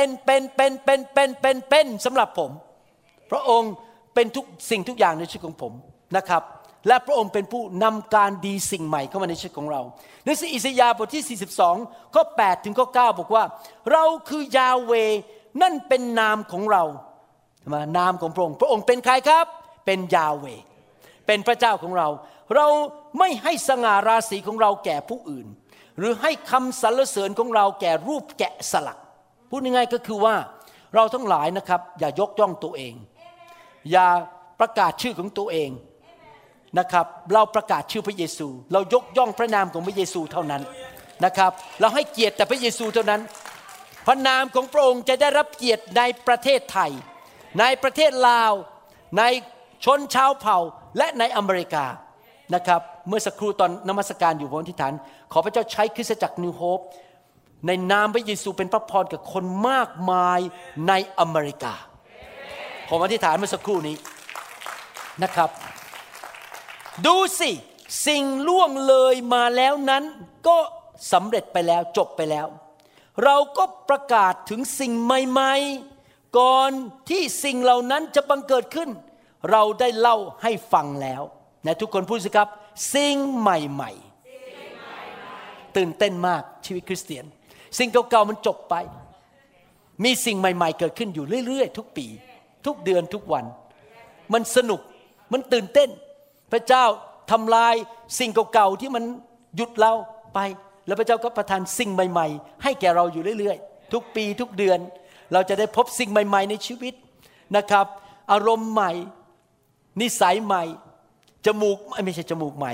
Speaker 2: เป็นสำหรับผมพระองค์เป็นทุกสิ่งทุกอย่างในชีวิตของผมนะครับและพระองค์เป็นผู้นำการดีสิ่งใหม่เข้ามาในชีวิตของเราหนังสืออิสยาห์บทที่42ข้อ8ถึงข้อ9บอกว่าเราคือยาเวห์นั่นเป็นนามของเรานามของพระองค์พระองค์เป็นใครครับเป็นยาเวห์เป็นพระเจ้าของเราเราไม่ให้สง่าราศีของเราแก่ผู้อื่นหรือให้คำสรรเสริญของเราแก่รูปแกะสลักพูดง่ายๆก็คือว่าเราทั้งหลายนะครับอย่ายกย่องตัวเองอย่าประกาศชื่อของตัวเองนะครับเราประกาศชื่อพระเยซูเรายกย่องพระนามของพระเยซูเท่านั้นนะครับเราให้เกียรติแต่พระเยซูเท่านั้นพระนามของพระองค์จะได้รับเกียรติในประเทศไทยในประเทศลาวในชนชาวเผ่าและในอเมริกานะครับเมื่อสักครู่ตอนนมัสการอยู่ผมอธิษฐานขอพระเจ้าใช้คริสตจักรนิวโฮปในนามพระเยซูเป็นพระพรกับคนมากมายในอเมริกาผมอธิษฐานเมื่อสักครู่นี้นะครับดูสิสิ่งล่วงเลยมาแล้วนั้นก็สำเร็จไปแล้วจบไปแล้วเราก็ประกาศถึงสิ่งใหม่ๆก่อนที่สิ่งเหล่านั้นจะบังเกิดขึ้นเราได้เล่าให้ฟังแล้วนะทุกคนพูดสิครับสิ่งใหม่ๆตื่นเต้นมากชีวิตคริสเตียนสิ่งเก่าๆมันจบไปมีสิ่งใหม่ๆเกิดขึ้นอยู่เรื่อยๆทุกปีทุกเดือนทุกวันมันสนุกมันตื่นเต้นพระเจ้าทำลายสิ่งเก่าๆที่มันหยุดเราไปแล้วพระเจ้าก็ประทานสิ่งใหม่ๆให้แก่เราอยู่เรื่อยๆทุกปีทุกเดือนเราจะได้พบสิ่งใหม่ๆในชีวิตนะครับอารมณ์ใหม่นิสัยใหม่จมูกไม่ใช่จมูกใหม่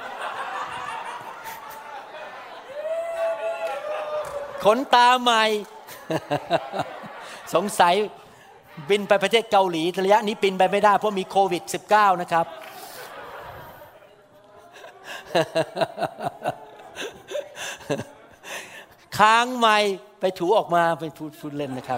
Speaker 2: ขนตาใหม่สงสัยบินไปประเทศเกาหลีระยะนี้บินไปไม่ได้เพราะมีโควิด-19 นะครับค้างไมค์ไปถูออกมาเป็นพูดเล่นนะครับ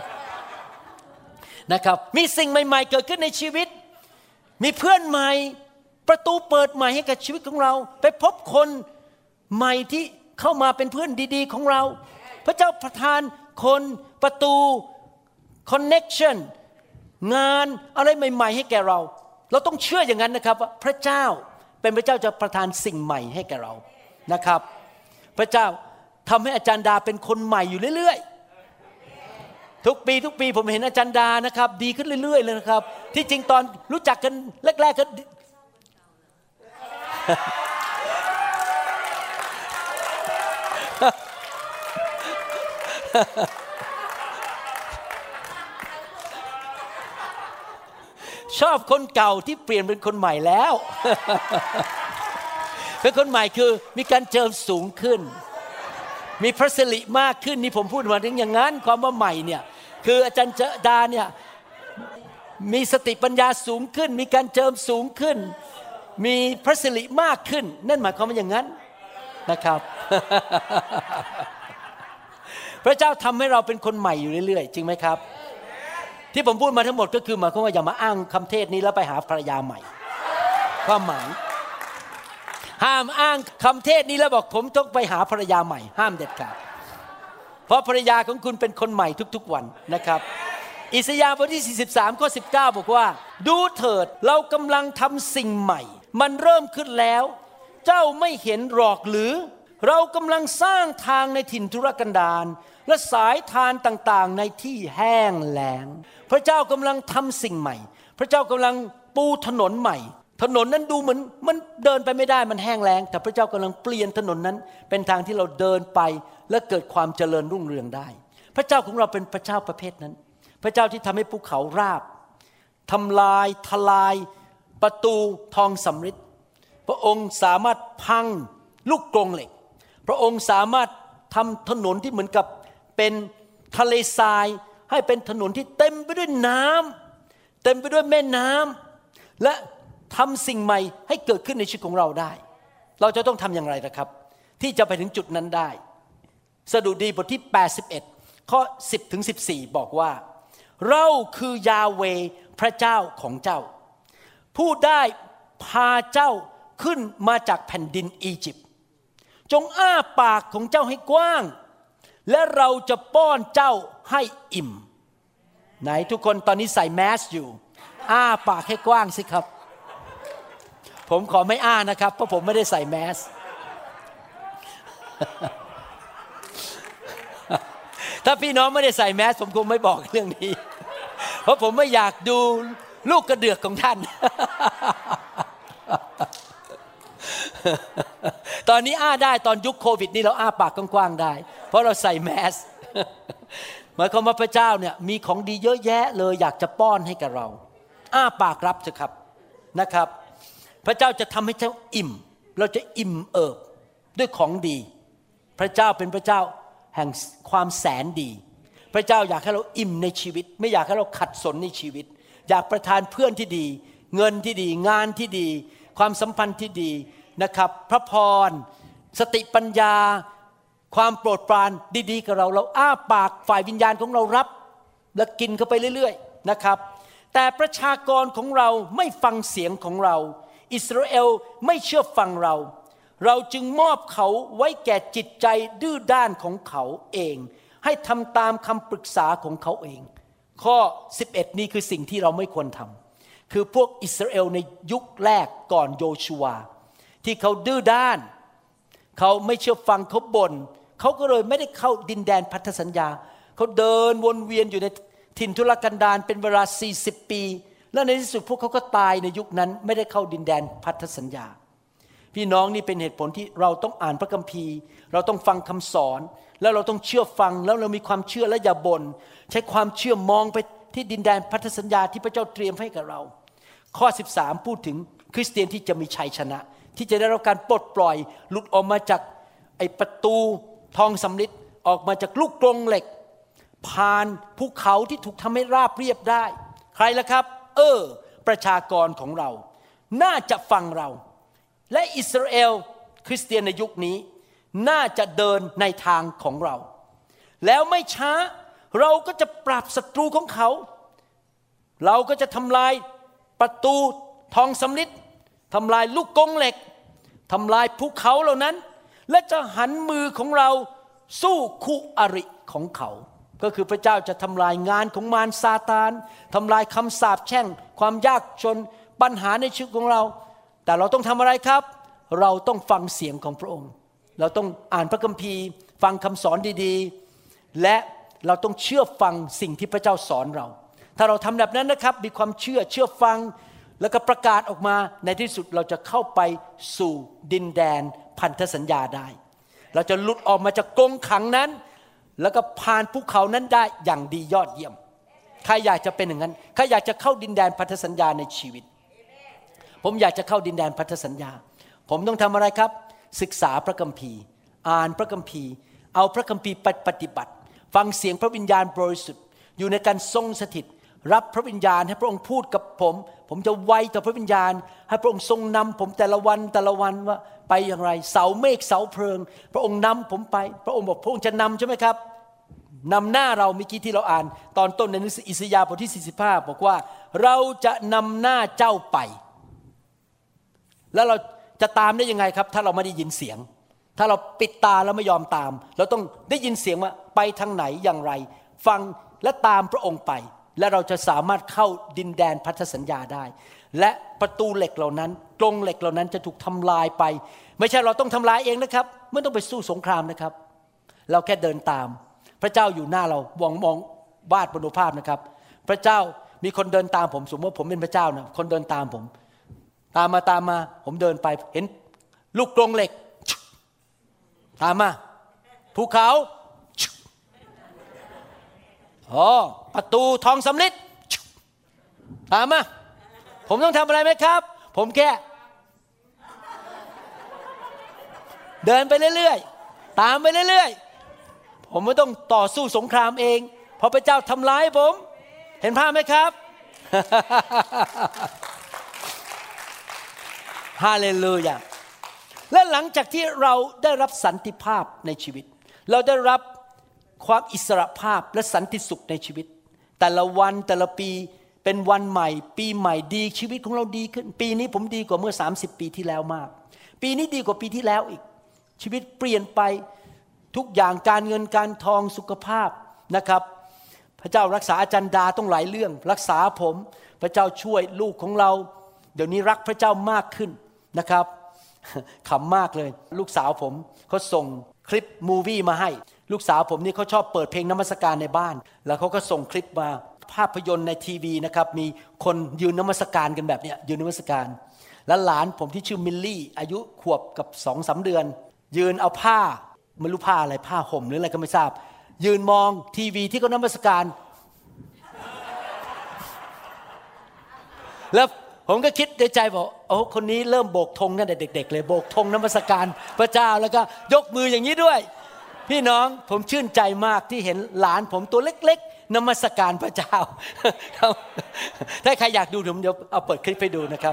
Speaker 2: มีสิ่งใหม่ๆเกิดขึ้นในชีวิตมีเพื่อนใหม่ประตูเปิดใหม่ให้กับชีวิตของเราไปพบคนใหม่ที่เข้ามาเป็นเพื่อนดีๆของเราพระเจ้าประทานคนประตูคอนเนคชั่นงานอะไรใหม่ๆให้แก่เราต้องเชื่ออย่างนั้นนะครับว่าพระเจ้าเป็นพระเจ้าจะประทานสิ่งใหม่ให้แก่เรานะครับพระเจ้าทำให้อาจารย์ดาเป็นคนใหม่อยู่เรื่อยๆทุกปีผมเห็นอาจารย์ดานะครับดีขึ้นเรื่อยๆเลยนะครับที่จริงตอนรู้จักกันแรกๆก็ชอบคนเก่าที่เปลี่ยนเป็นคนใหม่แล้วเป็นคนใหม่คือมีการเจิมสูงขึ้นมีพระสิริมากขึ้นนี่ผมพูดมาถึงอย่างนั้นความว่าใหม่เนี่ยคืออาจารย์ดาเนี่ยมีสติปัญญาสูงขึ้นมีการเจิมสูงขึ้นมีพระสิริมากขึ้นนั่นหมายความว่าอย่างนั้นนะครับ พระเจ้าทำให้เราเป็นคนใหม่อยู่เรื่อยๆจริงไหมครับที่ผมพูดมาทั้งหมดก็คือหมายความว่าอย่ามาอ้างคำเทศนี้แล้วไปหาภรรยาใหม่ความหมายห้ามอ้างคำเทศนี้แล้วบอกผมต้องไปหาภรรยาใหม่ห้ามเด็ดขาดเพราะภรรยาของคุณเป็นคนใหม่ทุกๆวันนะครับอิสยาห์บทที่43ข้อ19บอกว่าดูเถิดเรากำลังทำสิ่งใหม่มันเริ่มขึ้นแล้วเจ้าไม่เห็นหรอกหรือเรากำลังสร้างทางในถิ่นทุรกันดารและสายทานต่างๆในที่แห้งแล้งพระเจ้ากำลังทำสิ่งใหม่พระเจ้ากำลังปูถนนใหม่ถนนนั้นดูเหมือนมันเดินไปไม่ได้มันแห้งแล้งแต่พระเจ้ากำลังเปลี่ยนถนนนั้นเป็นทางที่เราเดินไปและเกิดความเจริญรุ่งเรืองได้พระเจ้าของเราเป็นพระเจ้าประเภทนั้นพระเจ้าที่ทำให้ภูเขาราบทำลายทลายประตูทองสำริดพระองค์สามารถพังลูกกรงเหล็กพระองค์สามารถทำถนนที่เหมือนกับเป็นทะเลทรายให้เป็นถนนที่เต็มไปด้วยน้ำเต็มไปด้วยแม่น้ำและทำสิ่งใหม่ให้เกิดขึ้นในชีวิตของเราได้เราจะต้องทำอย่างไรนะครับที่จะไปถึงจุดนั้นได้สดุดีบทที่81ข้อ10ถึง14บอกว่าเราคือยาเวห์พระเจ้าของเจ้าผู้ได้พาเจ้าขึ้นมาจากแผ่นดินอียิปต์จงอ้าปากของเจ้าให้กว้างและเราจะป้อนเจ้าให้อิ่มไหนทุกคนตอนนี้ใส่แมสอยู่อ้าปากให้กว้างสิครับผมขอไม่อ้านะครับเพราะผมไม่ได้ใส่แมส ถ้าพี่น้องไม่ได้ใส่แมสผมคงไม่บอกเรื่องนี้เพราะผมไม่อยากดูลูกกระเดือกของท่าน ตอนนี้อ้าได้ตอนยุคโควิดนี่เราอ้าปากกว้างๆได้เพราะเราใส่แมส หมายความว่าพระเจ้าเนี่ยมีของดีเยอะแยะเลยอยากจะป้อนให้กับเราอ้าปากรับเถอะครับนะครับพระเจ้าจะทำให้เจ้าอิ่มเราจะอิ่มเอิบด้วยของดีพระเจ้าเป็นพระเจ้าแห่งความแสนดีพระเจ้าอยากให้เราอิ่มในชีวิตไม่อยากให้เราขัดสนในชีวิตอยากประทานเพื่อนที่ดีเงินที่ดีงานที่ดีความสัมพันธ์ที่ดีนะครับพระพรสติปัญญาความโปรดปรานดีๆกับเราอ้าปากฝ่ายวิญญาณของเรารับและกินเข้าไปเรื่อยๆนะครับแต่ประชากรของเราไม่ฟังเสียงของเราอิสราเอลไม่เชื่อฟังเราเราจึงมอบเขาไว้แก่จิตใจดื้อด้านของเขาเองให้ทำตามคำปรึกษาของเขาเองข้อ11นี่คือสิ่งที่เราไม่ควรทำคือพวกอิสราเอลในยุคแรกก่อนโยชูวาที่เขาดื้อด้านเขาไม่เชื่อฟังเขาบ่นเขาก็เลยไม่ได้เข้าดินแดนพันธสัญญาเขาเดินวนเวียนอยู่ในถิ่นทุรกันดารเป็นเวลา40ปีและในที่สุดพวกเขาก็ตายในยุคนั้นไม่ได้เข้าดินแดนพันธสัญญาพี่น้องนี่เป็นเหตุผลที่เราต้องอ่านพระคัมภีร์เราต้องฟังคำสอนแล้วเราต้องเชื่อฟังแล้วเรามีความเชื่อและอย่าบ่นใช้ความเชื่อมองไปที่ดินแดนพันธสัญญาที่พระเจ้าเตรียมให้กับเราข้อ13พูดถึงคริสเตียนที่จะมีชัยชนะที่จะได้รับการปลดปล่อยหลุดออกมาจากไอ้ประตูทองสำริดออกมาจากลูกกรงเหล็กผ่านภูเขาที่ถูกทำให้ราบเรียบได้ใครล่ะครับประชากรของเราน่าจะฟังเราและอิสราเอลคริสเตียนในยุคนี้น่าจะเดินในทางของเราแล้วไม่ช้าเราก็จะปราบศัตรูของเขาเราก็จะทำลายประตูทองสำริดทำลายลูกกรงเหล็กทำลายภูเขาเหล่านั้นและจะหันมือของเราสู้คู่อริของเขาก็คือพระเจ้าจะทำลายงานของมารซาตานทำลายคำสาปแช่งความยากจนปัญหาในชีวิตของเราแต่เราต้องทำอะไรครับเราต้องฟังเสียงของพระองค์เราต้องอ่านพระคัมภีร์ฟังคำสอนดีๆและเราต้องเชื่อฟังสิ่งที่พระเจ้าสอนเราถ้าเราทำแบบนั้นนะครับมีความเชื่อฟังแล้วก็ประกาศออกมาในที่สุดเราจะเข้าไปสู่ดินแดนพันธสัญญาได้เราจะหลุดออกมาจากกรงขังนั้นแล้วก็ผ่านภูเขานั้นได้อย่างดียอดเยี่ยมใครอยากจะเป็นอย่างนั้นใครอยากจะเข้าดินแดนพันธสัญญาในชีวิตผมอยากจะเข้าดินแดนพันธสัญญาผมต้องทำอะไรครับศึกษาพระคัมภีร์อ่านพระคัมภีร์เอาพระคัมภีร์ไปปฏิบัติฟังเสียงพระวิญญาณบริสุทธิ์อยู่ในการทรงสถิตรับพระวิญญาณให้พระองค์พูดกับผมจะไวต่อพระวิญญาณให้พระองค์ทรงนำผมแต่ละวันว่าไปอย่างไรเสาเมฆเสาเพลิงพระองค์นำผมไปพระองค์บอกพระองค์จะนำใช่ไหมครับนำหน้าเราเมื่อกี้ที่เราอ่านตอนต้นในหนังสืออิสยาห์บทที่45บอกว่าเราจะนำหน้าเจ้าไปแล้วเราจะตามได้ยังไงครับถ้าเราไม่ได้ยินเสียงถ้าเราปิดตาแล้วไม่ยอมตามเราต้องได้ยินเสียงว่าไปทางไหนอย่างไรฟังและตามพระองค์ไปและเราจะสามารถเข้าดินแดนพันธสัญญาได้และประตูเหล็กเหล่านั้นกรงเหล็กเหล่านั้นจะถูกทำลายไปไม่ใช่เราต้องทำลายเองนะครับไม่ต้องไปสู้สงครามนะครับเราแค่เดินตามพระเจ้าอยู่หน้าเรามองวาดบนภาพนะครับพระเจ้ามีคนเดินตามผมสมมติว่าผมเป็นพระเจ้านะคนเดินตามผมตามมาผมเดินไปเห็นลูกกรงเหล็กตามมาภูเขาประตูทองสำริดตามมาผมต้องทำอะไรไหมครับผมแค่เดินไปเรื่อยๆตามไปเรื่อยๆผมไม่ต้องต่อสู้สงครามเองเพราะพระเจ้าทำร้ายผมเห็นภาพไหมครับ ฮาเลลูยาและหลังจากที่เราได้รับสันติภาพในชีวิตเราได้รับความอิสรภาพและสันติสุขในชีวิตแต่ละวันแต่ละปีเป็นวันใหม่ปีใหม่ดีชีวิตของเราดีขึ้นปีนี้ผมดีกว่าเมื่อ30ปีที่แล้วมากปีนี้ดีกว่าปีที่แล้วอีกชีวิตเปลี่ยนไปทุกอย่างการเงินการทองสุขภาพนะครับพระเจ้ารักษาอาจารย์ดาต้องหลายเรื่องรักษาผมพระเจ้าช่วยลูกของเราเดี๋ยวนี้รักพระเจ้ามากขึ้นนะครับขำมากเลยลูกสาวผมเขาส่งคลิปมูวี่มาให้ลูกสาวผมนี่เขาชอบเปิดเพลงนมัสการในบ้านแล้วเขาก็ส่งคลิปมาภาพยนตร์ในทีวีนะครับมีคนยืนนมัสการกันแบบเนี้ยยืนนมัสการแล้วหลานผมที่ชื่อมิลลี่อายุขวบกับ 2-3 เดือนยืนเอาผ้าไม่รู้ผ้าอะไรผ้าห่มหรืออะไรก็ไม่ทราบยืนมองทีวีที่เขานมัสการแล้วผมก็คิดในใจบอกโอ้คนนี้เริ่มโบกธงตั้งแต่เด็กๆเลยโบกธงนมัสการพระเจ้าแล้วก็ยกมืออย่างนี้ด้วยพี่น้องผมชื่นใจมากที่เห็นหลานผมตัวเล็กๆนมัสการพระเจ้าถ้าใครอยากดูผมเดี๋ยวเอาเปิดคลิปให้ดูนะครับ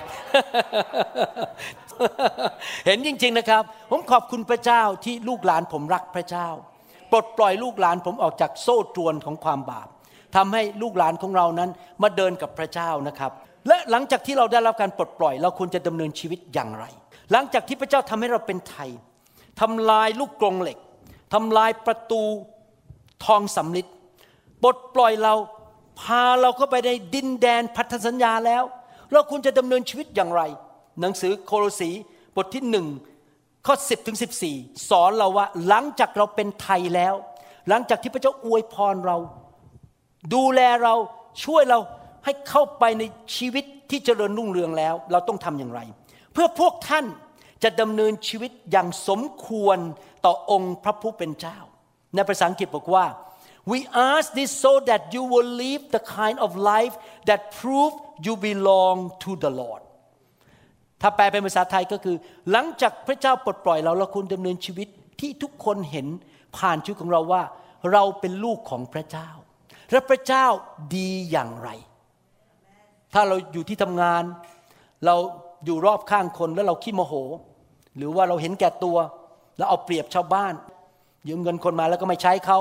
Speaker 2: เห็นจริงๆนะครับผมขอบคุณพระเจ้าที่ลูกหลานผมรักพระเจ้าปลดปล่อยลูกหลานผมออกจากโซ่ตรวนของความบาปทำให้ลูกหลานของเรานั้นมาเดินกับพระเจ้านะครับและหลังจากที่เราได้รับการปลดปล่อยเราควรจะดำเนินชีวิตอย่างไรหลังจากที่พระเจ้าทำให้เราเป็นไทยทำลายลูกกรงเหล็กทำลายประตูทองสำริดปลดปล่อยเราพาเราเข้าไปในดินแดนพันธสัญญาแล้วเราควรจะดำเนินชีวิตอย่างไรหนังสือโคโลสีบทที่1ข้อ10ถึง14สอนเราว่าหลังจากเราเป็นไทยแล้วหลังจากที่พระเจ้าอวยพรเราดูแลเราช่วยเราให้เข้าไปในชีวิตที่เจริญรุ่งเรืองแล้วเราต้องทำอย่างไรเพื่อพวกท่านจะดำเนินชีวิตอย่างสมควรต่อองค์พระผู้เป็นเจ้าในภาษาอังกฤษบอกว่า We ask this so that you will live the kind of life that prove you belong to the Lord ถ้าแปลเป็นภาษาไทยก็คือหลังจากพระเจ้าปลดปล่อยเราเราควรดำเนินชีวิตที่ทุกคนเห็นผ่านชีวิตของเราว่าเราเป็นลูกของพระเจ้าและพระเจ้าดีอย่างไรถ้าเราอยู่ที่ทำงานเราอยู่รอบข้างคนแล้วเราขี้โมโหหรือว่าเราเห็นแก่ตัวแล้วเอาเปรียบชาวบ้านยืมเงินคนมาแล้วก็ไม่ใช้เขาโก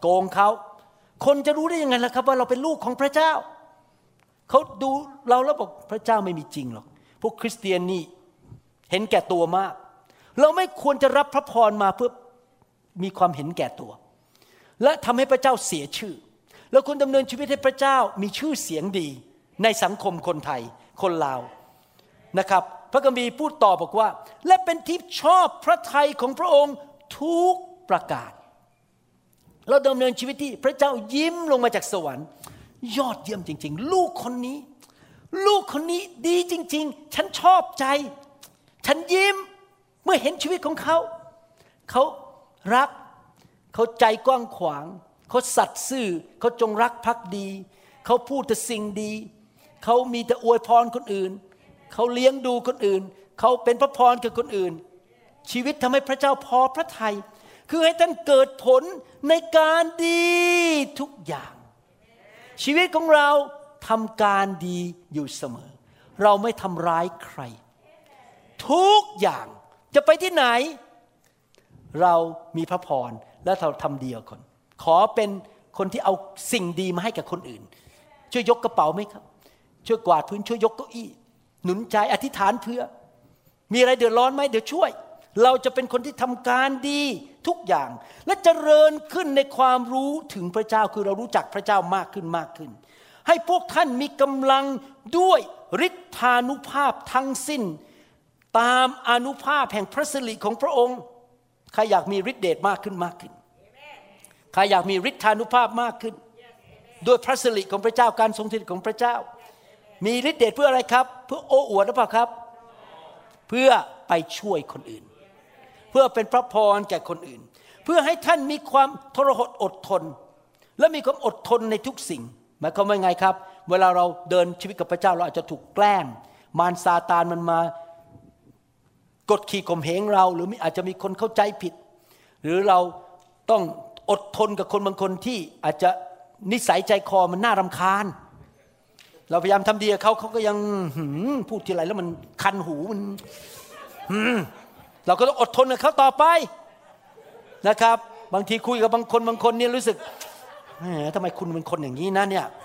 Speaker 2: โกงเขาคนจะรู้ได้ยังไงล่ะครับว่าเราเป็นลูกของพระเจ้าเขาดูเราแล้วบอกพระเจ้าไม่มีจริงหรอกพวกคริสเตียนนี่เห็นแก่ตัวมากเราไม่ควรจะรับพระพรมาเพื่อมีความเห็นแก่ตัวและทำให้พระเจ้าเสียชื่อเราควรดำเนินชีวิตให้พระเจ้ามีชื่อเสียงดีในสังคมคนไทยคนลาวนะครับพระคัมภีร์พูดต่อบอกว่าและเป็นที่ชอบพระทัยของพระองค์ทุกประการเราดำเนินชีวิตที่พระเจ้ายิ้มลงมาจากสวรรค์ยอดเยี่ยมจริงๆลูกคนนี้ดีจริงๆฉันชอบใจฉันยิ้มเมื่อเห็นชีวิตของเขารักเขาใจกว้างขวางเขาสัตย์ซื่อเขาจงรักภักดีเขาพูดแต่สิ่งดีเขามีแต่อวยพรคนอื่นเขาเลี้ยงดูคนอื่นเขาเป็นพระพรกับคนอื่นชีวิตทำให้พระเจ้าพอพระทัยคือให้ท่านเกิดผลในการดีทุกอย่างชีวิตของเราทำการดีอยู่เสมอเราไม่ทำร้ายใครทุกอย่างจะไปที่ไหนเรามีพระพรและเราทำดีกับคนขอเป็นคนที่เอาสิ่งดีมาให้กับคนอื่นช่วยยกกระเป๋าไหมครับช่วยกวาดพื้นช่วยยกเก้าอี้หนุนใจอธิษฐานเพื่อมีอะไรเดือดร้อนไหมเดี๋ยวช่วยเราจะเป็นคนที่ทำการดีทุกอย่างและเจริญขึ้นในความรู้ถึงพระเจ้าคือเรารู้จักพระเจ้ามากขึ้นให้พวกท่านมีกำลังด้วยฤทธานุภาพทั้งสิ้นตามอานุภาพแห่งพระสิริของพระองค์ใครอยากมีฤทธิเดชมากขึ้นใครอยากมีฤทธานุภาพมากขึ้นด้วยพระสิริของพระเจ้าการทรงสถิตของพระเจ้ามีฤทธิเดชเพื่ออะไรครับเพื่อโอ้อวดหรือเปล่าครับเพื่อไปช่วยคนอื่นเพื่อเป็นพระพรแก่คนอื่นเพื่อให้ท่านมีความทรหดอดทนและมีความอดทนในทุกสิ่งหมายความว่าไงครับเวลาเราเดินชีวิตกับพระเจ้าเราอาจจะถูกแกล้งมารซาตานมันมากดขี่ข่มเหงเราหรืออาจจะมีคนเข้าใจผิดหรือเราต้องอดทนกับคนบางคนที่อาจจะนิสัยใจคอมันน่ารำคาญเราพยายามทำดีกับเขาก็ยังพูดทีไรแล้วมันคันหูมันเราก็ต้องอดทนกับเขาต่อไปนะครับบางทีคุยกับบางคนเนี่ยรู้สึกทำไมคุณเป็นคนอย่างนี้นะเนี่ย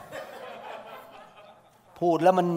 Speaker 2: พูดแล้วมัน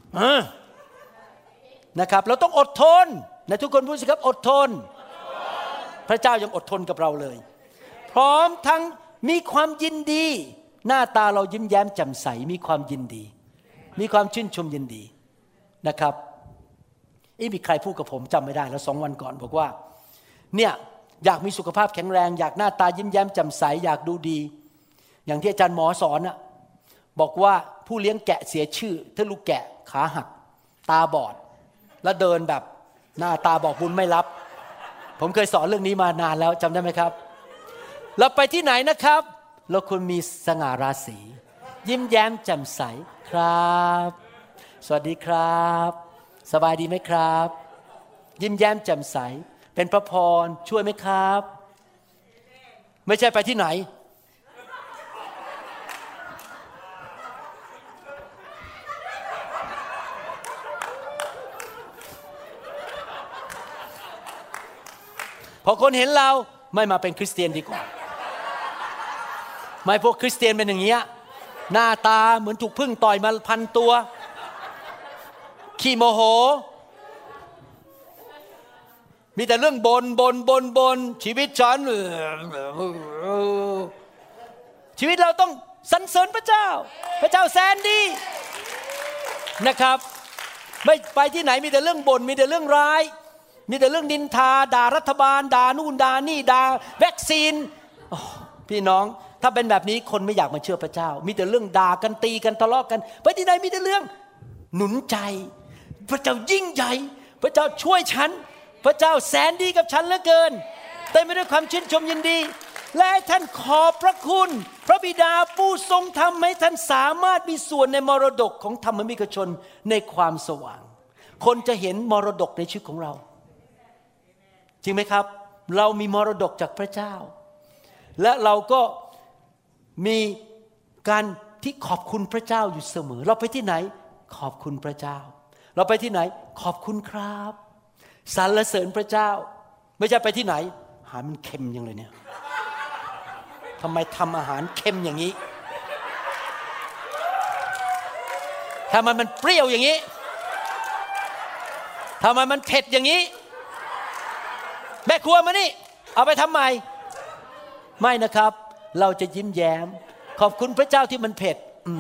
Speaker 2: นะครับเราต้องอดทนนะทุกคนพูดสิครับอดทนพระเจ้ายังอดทนกับเราเลยพร้อมทั้งมีความยินดีหน้าตาเรายิ้มแย้มแจ่มใสมีความยินดีมีความชื่นชมยินดีนะครับมีใครพูดกับผมจำไม่ได้แล้ว2 วันก่อนบอกว่าเนี่ยอยากมีสุขภาพแข็งแรงอยากหน้าตายิ้มแย้มแจ่มใสอยากดูดีอย่างที่อาจารย์หมอสอนน่ะบอกว่าผู้เลี้ยงแกะเสียชื่อถ้าลูกแกะขาหักตาบอดแล้วเดินแบบหน้าตาบอกบุญไม่รับผมเคยสอนเรื่องนี้มานานแล้วจำได้ไหมครับเราไปที่ไหนนะครับเราควรมีสง่าราศียิ้มแย้มแจ่มใสครับสวัสดีครับสบายดีไหมครับยิ้มแย้มแจ่มใสเป็นพระพรช่วยไหมครับไม่ใช่ไปที่ไหนพอคนเห็นเราไม่มาเป็นคริสเตียนดีกว่าไม่พวกคริสเตียนเป็นอย่างเงี้ยหน้าตาเหมือนถูกผึ้งต่อยมา1,000 ตัวขี้โมโหมีแต่เรื่องบนชีวิตฉันชีวิตเราต้องสรรเสริญพระเจ้าพระเจ้าแสนดีนะครับไม่ไปที่ไหนมีแต่เรื่องบ่นมีแต่เรื่องร้ายมีแต่เรื่องนินทาด่ารัฐบาลด่านู่นด่านี่ด่าวัคซีนพี่น้องถ้าเป็นแบบนี้คนไม่อยากมาเชื่อพระเจ้ามีแต่เรื่องด่ากันตีกันทะเลาะกันไปที่ไหนมีแต่เรื่องหนุนใจพระเจ้ายิ่งใหญ่พระเจ้าช่วยฉันพระเจ้าแสนดีกับฉันเหลือเกินเต็มไปด้วยความชื่นชมยินดีและท่านขอบพระคุณพระบิดาผู้ทรงทำให้ท่านสามารถมีส่วนในมรดกของธรรมมิกชนในความสว่างคนจะเห็นมรดกในชีวิตของเราจริงไหมครับเรามีมรดกจากพระเจ้าและเราก็มีการที่ขอบคุณพระเจ้าอยู่เสมอเราไปที่ไหนขอบคุณพระเจ้าเราไปที่ไหนขอบคุณครับสรรเสริญพระเจ้าไม่ใช่ไปที่ไหนหามันเค็มยังเลยเนี่ยทำไมทำอาหารเค็มอย่างนี้ทำไมมันเปรี้ยวอย่างนี้ทำไมมันเผ็ดอย่างนี้แม่ครัวมานี่เอาไปทำไมไม่นะครับเราจะยิ้มแย้มขอบคุณพระเจ้าที่มันเผ็ด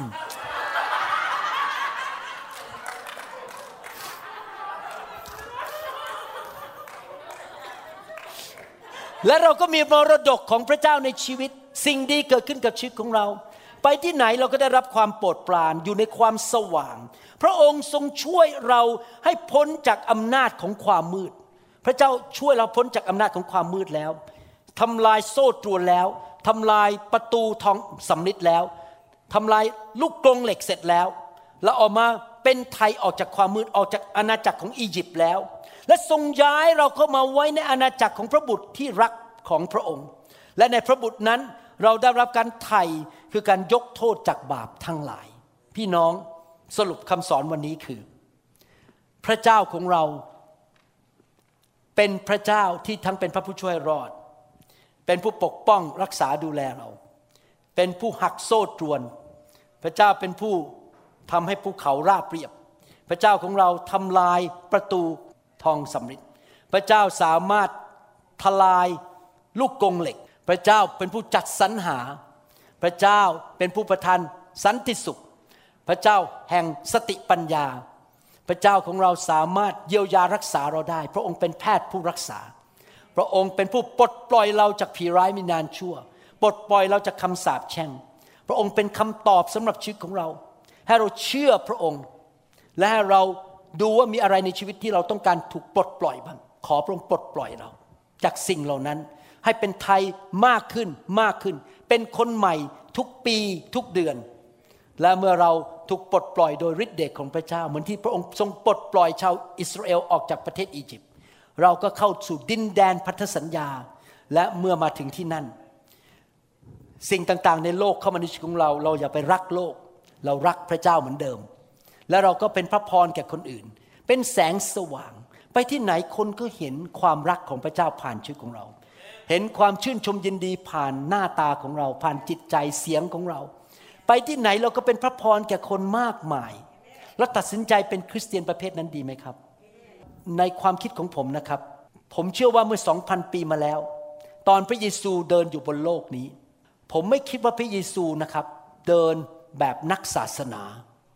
Speaker 2: และเราก็มีมรดกของพระเจ้าในชีวิตสิ่งดีเกิดขึ้นกับชีวิตของเราไปที่ไหนเราก็ได้รับความโปรดปรานอยู่ในความสว่างพระองค์ทรงช่วยเราให้พ้นจากอำนาจของความมืดพระเจ้าช่วยเราพ้นจากอำนาจของความมืดแล้วทำลายโซ่ตรวนแล้วทำลายประตูทองสำริดแล้วทำลายลูกกรงเหล็กเสร็จแล้วเราออกมาเป็นไทยออกจากความมืดออกจากอาณาจักรของอียิปต์แล้วและทรงย้ายเราเข้ามาไว้ในอาณาจักรของพระบุตรที่รักของพระองค์และในพระบุตรนั้นเราได้รับการไถ่คือการยกโทษจากบาปทั้งหลายพี่น้องสรุปคำสอนวันนี้คือพระเจ้าของเราเป็นพระเจ้าที่ทั้งเป็นพระผู้ช่วยรอดเป็นผู้ปกป้องรักษาดูแลเราเป็นผู้หักโซ่ตรวนพระเจ้าเป็นผู้ทำให้ภูเขาราบเรียบพระเจ้าของเราทำลายประตูทองสำริดพระเจ้าสามารถทลายลูกกรงเหล็กพระเจ้าเป็นผู้จัดสรรหาพระเจ้าเป็นผู้ประทานสันติสุขพระเจ้าแห่งสติปัญญาพระเจ้าของเราสามารถเยียวยารักษาเราได้พระองค์เป็นแพทย์ผู้รักษาพระองค์เป็นผู้ปลดปล่อยเราจากผีร้ายวิญญาณชั่วปลดปล่อยเราจากคำสาปแช่งพระองค์เป็นคำตอบสำหรับชีวิตของเราให้เราเชื่อพระองค์และให้เราดูว่ามีอะไรในชีวิตที่เราต้องการถูกปลดปล่อยบ้างขอพระองค์ปลดปล่อยเราจากสิ่งเหล่านั้นให้เป็นไทยมากขึ้นมากขึ้นเป็นคนใหม่ทุกปีทุกเดือนและเมื่อเราถูกปลดปล่อยโดยฤทธิ์เดชของพระเจ้าเหมือนที่พระองค์ทรงปลดปล่อยชาวอิสราเอลออกจากประเทศอียิปต์เราก็เข้าสู่ดินแดนพันธสัญญาและเมื่อมาถึงที่นั่นสิ่งต่างๆในโลกเข้ามาในชีวิตของเราเราอย่าไปรักโลกเรารักพระเจ้าเหมือนเดิมและเราก็เป็นพระพรแก่คนอื่นเป็นแสงสว่างไปที่ไหนคนก็เห็นความรักของพระเจ้าผ่านชีวิตของเราเห็นความชื่นชมยินดีผ่านหน้าตาของเราผ่านจิตใจเสียงของเราไปที่ไหนเราก็เป็นพระพรแก่คนมากมายแล้วตัดสินใจเป็นคริสเตียนประเภทนั้นดีไหมครับในความคิดของผมนะครับผมเชื่อว่าเมื่อ 2,000 ปีมาแล้วตอนพระเยซูเดินอยู่บนโลกนี้ผมไม่คิดว่าพระเยซูนะครับเดินแบบนักศาสนา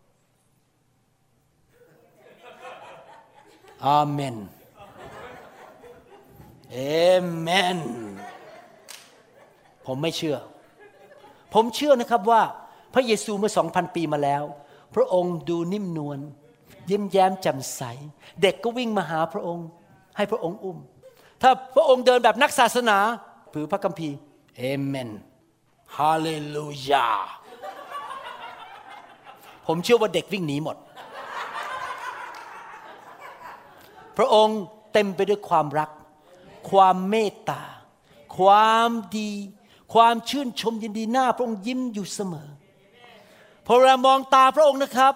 Speaker 2: อาเมนเอเมนผมไม่เชื่อผมเชื่อนะครับว่าพระเยซูเมื่อ 2,000 ปีมาแล้วพระองค์ดูนิ่มนวลยิ้มแย้มแจ่มใสเด็กก็วิ่งมาหาพระองค์ให้พระองค์อุ้มถ้าพระองค์เดินแบบนักศาสนาถือพระคัมภีร์เอเมนฮาเลลูยาผมเชื่อว่าเด็กวิ่งหนีหมดพระองค์เต็มไปด้วยความรักความเมตตาความดีความชื่นชมยินดีหน้าพระองค์ยิ้มอยู่เสมอพอเรามองตาพระองค์นะครับ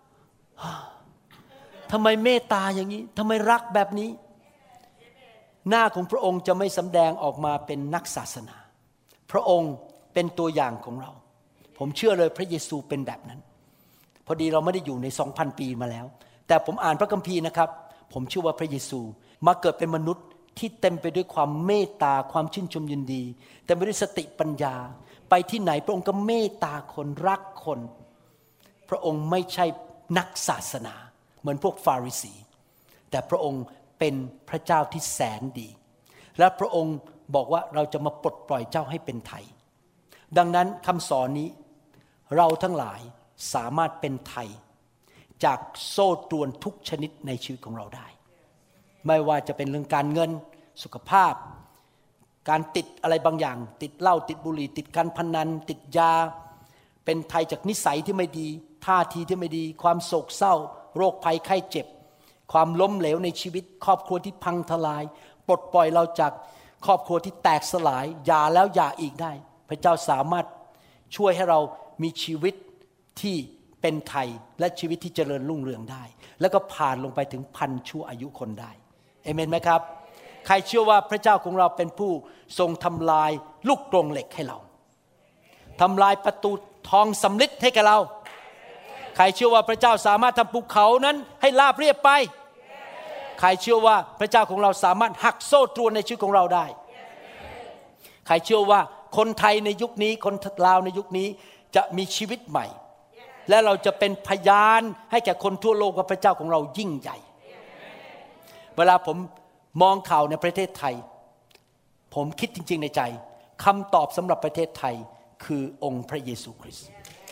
Speaker 2: ทำไมเมตตาอย่างนี้ทำไมรักแบบนี้หน้าของพระองค์จะไม่สำแดงออกมาเป็นนักศาสนาพระองค์เป็นตัวอย่างของเราผมเชื่อเลยพระเยซูเป็นแบบนั้นพอดีเราไม่ได้อยู่ใน 2,000 ปีมาแล้วแต่ผมอ่านพระคัมภีร์นะครับผมเชื่อว่าพระเยซูมาเกิดเป็นมนุษย์ที่เต็มไปด้วยความเมตตาความชื่นชมยินดีเต็มไปด้วยสติปัญญาไปที่ไหนพระองค์ก็เมตตาคนรักคนพระองค์ไม่ใช่นักศาสนาเหมือนพวกฟาริสีแต่พระองค์เป็นพระเจ้าที่แสนดีและพระองค์บอกว่าเราจะมาปลดปล่อยเจ้าให้เป็นไทยดังนั้นคำสอนนี้เราทั้งหลายสามารถเป็นไทยจากโซ่ตรวนทุกชนิดในชีวิตของเราได้ไม่ว่าจะเป็นเรื่องการเงินสุขภาพการติดอะไรบางอย่างติดเหล้าติดบุหรี่ติดการพนันติดยาเป็นไทยจากนิสัยที่ไม่ดีท่าทีที่ไม่ดีความโศกเศร้าโรคภัยไข้เจ็บความล้มเหลวในชีวิตครอบครัวที่พังทลายปลดปล่อยเราจากครอบครัวที่แตกสลายหย่าแล้วหย่าอีกได้พระเจ้าสามารถช่วยให้เรามีชีวิตที่เป็นไทยและชีวิตที่เจริญรุ่งเรืองได้แล้วก็ผ่านลงไปถึงพันชั่วอายุคนได้เอเมนไหมครับใครเชื่อว่าพระเจ้าของเราเป็นผู้ทรงทำลายลูกกรงเหล็กให้เราทำลายประตูทองสำริดให้แก่เราใครเชื่อว่าพระเจ้าสามารถทำภูเขานั้นให้ราบเรียบไปใครเชื่อว่าพระเจ้าของเราสามารถหักโซ่ตรวนในชีวิตของเราได้ใครเชื่อว่าคนไทยในยุคนี้คนลาวในยุคนี้จะมีชีวิตใหม่และเราจะเป็นพยานให้แก่คนทั่วโลกว่าพระเจ้าของเรายิ่งใหญ่เวลาผมมองข่าวในประเทศไทยผมคิดจริงๆในใจคำตอบสำหรับประเทศไทยคือองค์พระเยซูคริสต์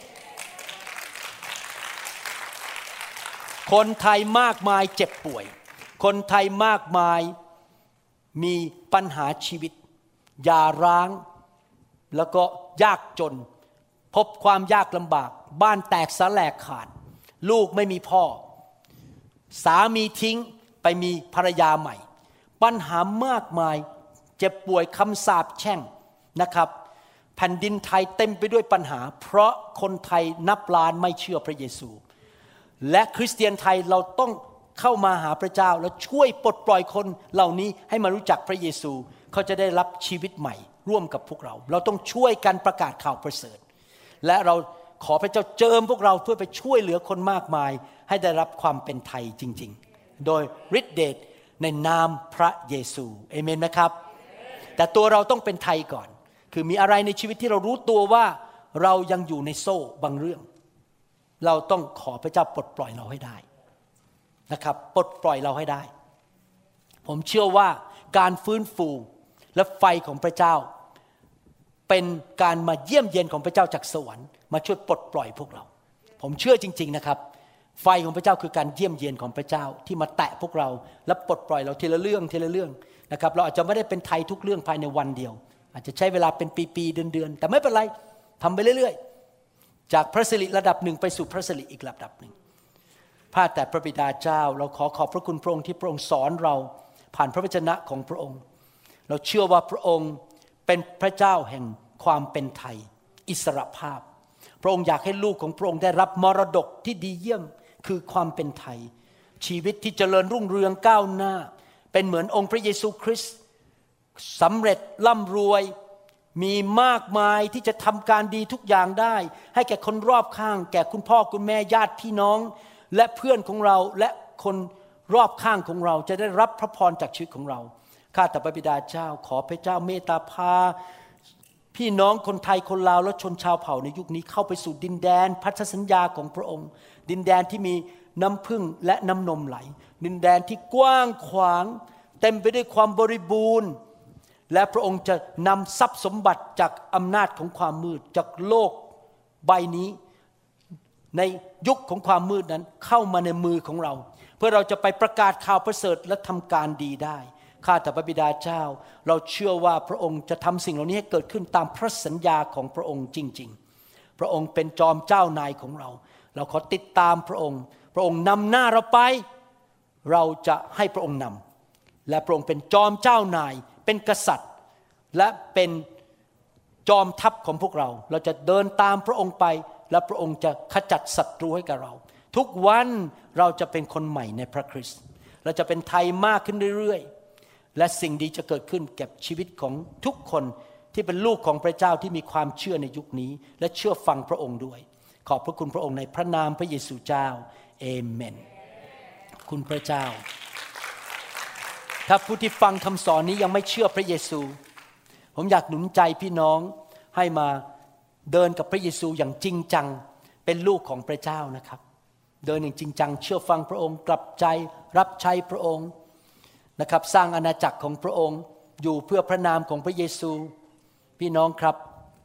Speaker 2: คนไทยมากมายเจ็บป่วยคนไทยมากมายมีปัญหาชีวิตหย่าร้างแล้วก็ยากจนพบความยากลำบากบ้านแตกสลายขาดลูกไม่มีพ่อสามีทิ้งไปมีภรรยาใหม่ปัญหามากมายเจ็บป่วยคำสาปแช่งนะครับแผ่นดินไทยเต็มไปด้วยปัญหาเพราะคนไทยนับล้านไม่เชื่อพระเยซูและคริสเตียนไทยเราต้องเข้ามาหาพระเจ้าและช่วยปลดปล่อยคนเหล่านี้ให้มารู้จักพระเยซูเขาจะได้รับชีวิตใหม่ร่วมกับพวกเราเราต้องช่วยกันประกาศข่าวประเสริฐและเราขอพระเจ้าเจิมพวกเราเพื่อไปช่วยเหลือคนมากมายให้ได้รับความเป็นไทยจริงๆโดยฤทธิเดชในนามพระเยซูเอเมนไหมครับแต่ตัวเราต้องเป็นไทยก่อนคือมีอะไรในชีวิตที่เรารู้ตัวว่าเรายังอยู่ในโซ่บางเรื่องเราต้องขอพระเจ้าปลดปล่อยเราให้ได้นะครับปลดปล่อยเราให้ได้ผมเชื่อว่าการฟื้นฟูและไฟของพระเจ้าเป็นการมาเยี่ยมเยียนของพระเจ้าจากสวรรค์มาช่วยปลดปล่อยพวกเราผมเชื่อจริงๆนะครับไฟของพระเจ้าคือการเยี่ยมเยียนของพระเจ้าที่มาแตะพวกเราและปลดปล่อยเราทีละเรื่องทีละเรื่องนะครับเราอาจจะไม่ได้เป็นไทยทุกเรื่องภายในวันเดียวอาจจะใช้เวลาเป็นปีๆเดือนๆแต่ไม่เป็นไรทำไปเรื่อยๆจากพระสิริระดับหนึ่งไปสู่พระสิริอีกระดับหนึ่งพระแต่พระบิดาเจ้าเราขอขอบพระคุณพระองค์ที่พระองค์สอนเราผ่านพระวจนะของพระองค์เราเชื่อว่าพระองค์เป็นพระเจ้าแห่งความเป็นไทยอิสรภาพพระองค์อยากให้ลูกของพระองค์ได้รับมรดกที่ดีเยี่ยมคือความเป็นไทยชีวิตที่เจริญรุ่งเรืองก้าวหน้าเป็นเหมือนองค์พระเยซูคริสต์สำเร็จร่ำรวยมีมากมายที่จะทำการดีทุกอย่างได้ให้แก่คนรอบข้างแก่คุณพ่อคุณแม่ญาติพี่น้องและเพื่อนของเราและคนรอบข้างของเราจะได้รับพระพรจากชีวิตของเราข้าแต่พระบิดาเจ้าขอพระเจ้าเมตตาพาพี่น้องคนไทยคนลาวและชนชาวเผ่าในยุคนี้เข้าไปสู่ดินแดนพันธสัญญาของพระองค์ดินแดนที่มีน้ำพึ่งและน้ำนมไหลดินแดนที่กว้างขวางเต็มไปด้วยความบริบูรณ์และพระองค์จะนำทรัพย์สมบัติจากอำนาจของความมืดจากโลกใบนี้ในยุคของความมืดนั้นเข้ามาในมือของเราเพื่อเราจะไปประกาศข่าวประเสริฐและทำการดีได้ข้าแต่พระบิดาเจ้าเราเชื่อว่าพระองค์จะทำสิ่งเหล่านี้ให้เกิดขึ้นตามพระสัญญาของพระองค์จริงๆพระองค์เป็นจอมเจ้านายของเราเราขอติดตามพระองค์พระองค์นำหน้าเราไปเราจะให้พระองค์นำและพระองค์เป็นจอมเจ้านายเป็นกษัตริย์และเป็นจอมทัพของพวกเราเราจะเดินตามพระองค์ไปและพระองค์จะขจัดศัตรูให้กับเราทุกวันเราจะเป็นคนใหม่ในพระคริสต์เราจะเป็นไทยมากขึ้นเรื่อยๆและสิ่งดีจะเกิดขึ้นกับชีวิตของทุกคนที่เป็นลูกของพระเจ้าที่มีความเชื่อในยุคนี้และเชื่อฟังพระองค์ด้วยขอบพระคุณพระองค์ในพระนามพระเยซูเจ้าเอเมนคุณพระเจ้าถ้าผู้ที่ฟังคำสอนนี้ยังไม่เชื่อพระเยซูผมอยากหนุนใจพี่น้องให้มาเดินกับพระเยซูอย่างจริงจังเป็นลูกของพระเจ้านะครับเดินอย่างจริงจังเชื่อฟังพระองค์กลับใจรับใช้พระองค์นะครับสร้างอาณาจักรของพระองค์อยู่เพื่อพระนามของพระเยซูพี่น้องครับ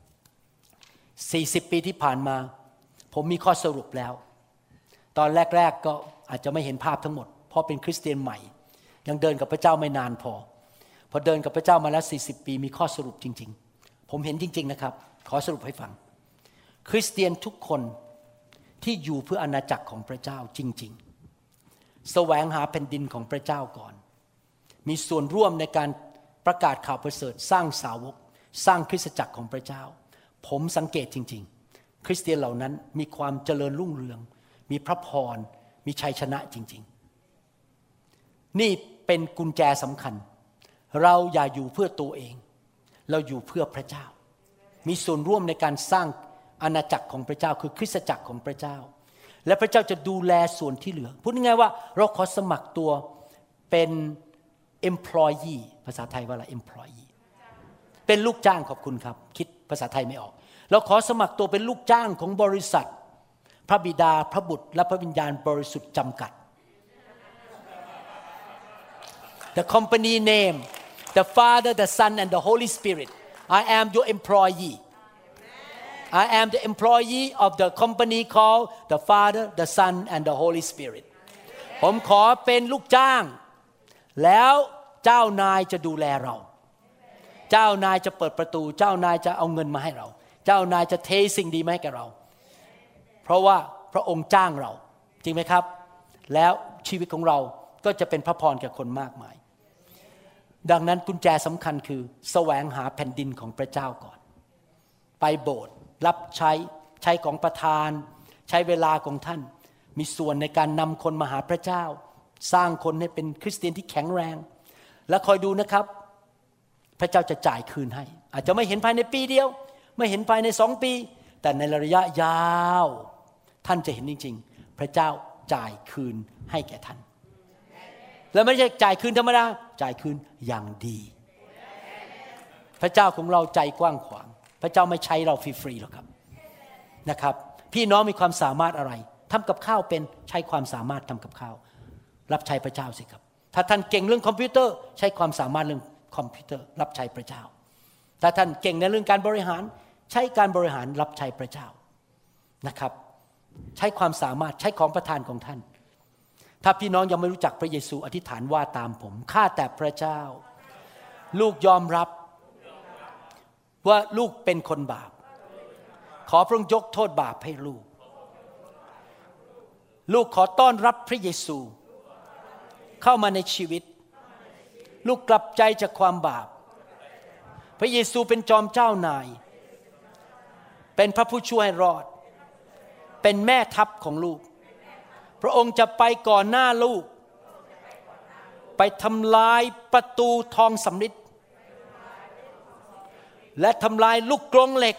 Speaker 2: 40 ปีที่ผ่านมาผมมีข้อสรุปแล้วตอนแรกๆก็อาจจะไม่เห็นภาพทั้งหมดเพราะเป็นคริสเตียนใหม่ยังเดินกับพระเจ้าไม่นานพอเดินกับพระเจ้ามาแล้ว40 ปีมีข้อสรุปจริงๆผมเห็นจริงๆนะครับขอสรุปให้ฟังคริสเตียนทุกคนที่อยู่เพื่ออาณาจักรของพระเจ้าจริงๆแสวงหาแผ่นดินของพระเจ้าก่อนมีส่วนร่วมในการประกาศข่าวประเสริฐสร้างสาวกสร้างคริสตจักรของพระเจ้าผมสังเกตจริงๆคริสเตียนเหล่านั้นมีความเจริญรุ่งเรืองมีพระพรมีชัยชนะจริงๆนี่เป็นกุญแจสำคัญเราอย่าอยู่เพื่อตัวเองเราอยู่เพื่อพระเจ้ามีส่วนร่วมในการสร้างอาณาจักรของพระเจ้าคือคริสตจักรของพระเจ้าและพระเจ้าจะดูแลส่วนที่เหลือพูดง่ายๆว่าเราขอสมัครตัวเป็น employee ภาษาไทยว่าอะไร employee เป็นลูกจ้างขอบคุณครับคิดภาษาไทยไม่ออกเราขอสมัครตัวเป็นลูกจ้างของบริษัทพระบิดาพระบุตรและพระวิญญาณบริสุทธิ์จำกัด The company name the Father the Son and the Holy Spirit I am your employee I am the employee of the company called the Father the Son and the Holy Spirit ผมขอเป็นลูกจ้างแล้วเจ้านายจะดูแลเราเจ้านายจะเปิดประตูเจ้านายจะเอาเงินมาให้เราเจ้านายจะเทสิ่งดีมาให้แก่เราเพราะว่าพระองค์จ้างเราจริงไหมครับแล้วชีวิตของเราก็จะเป็นพระพรแก่คนมากมายดังนั้นกุญแจสำคัญคือแสวงหาแผ่นดินของพระเจ้าก่อนไปโบสถ์รับใช้ของประทานใช้เวลาของท่านมีส่วนในการนำคนมาหาพระเจ้าสร้างคนให้เป็นคริสเตียนที่แข็งแรงและคอยดูนะครับพระเจ้าจะจ่ายคืนให้อาจจะไม่เห็นภายในปีเดียวไม่เห็นภายใน2 ปีแต่ในระยะยาวท่านจะเห็นจริงๆพระเจ้าจ่ายคืนให้แก่ท่านและไม่ใช่จ่ายคืนธรรมดาจ่ายคืนอย่างดีพระเจ้าของเราใจกว้างขวางพระเจ้าไม่ใช้เราฟรีๆหรอกครับนะครับพี่น้องมีความสามารถอะไรทำกับข้าวเป็นใช้ความสามารถทำกับข้าวรับใช้พระเจ้าสิครับถ้าท่านเก่งเรื่องคอมพิวเตอร์ใช้ความสามารถเรื่องคอมพิวเตอร์รับใช้พระเจ้าถ้าท่านเก่งในเรื่องการบริหารใช้การบริหารรับใช้พระเจ้านะครับใช้ความสามารถใช้ของประทานของท่านถ้าพี่น้องยังไม่รู้จักพระเยซูอธิษฐานว่าตามผมข้าแต่พระเจ้าลูกยอมรับว่าลูกเป็นคนบาปขอพระองค์ยกโทษบาปให้ลูกลูกขอต้อนรับพระเยซูเข้ามาในชีวิตลูกกลับใจจากความบาปพระเยซูเป็นจอมเจ้านายเป็นพระผู้ช่วยให้รอดเป็นแม่ทัพของลูกพระองค์จะไปก่อนหน้าลูกไปทำลายประตูทองสำริดและทำลายลูกกรงเหล็ก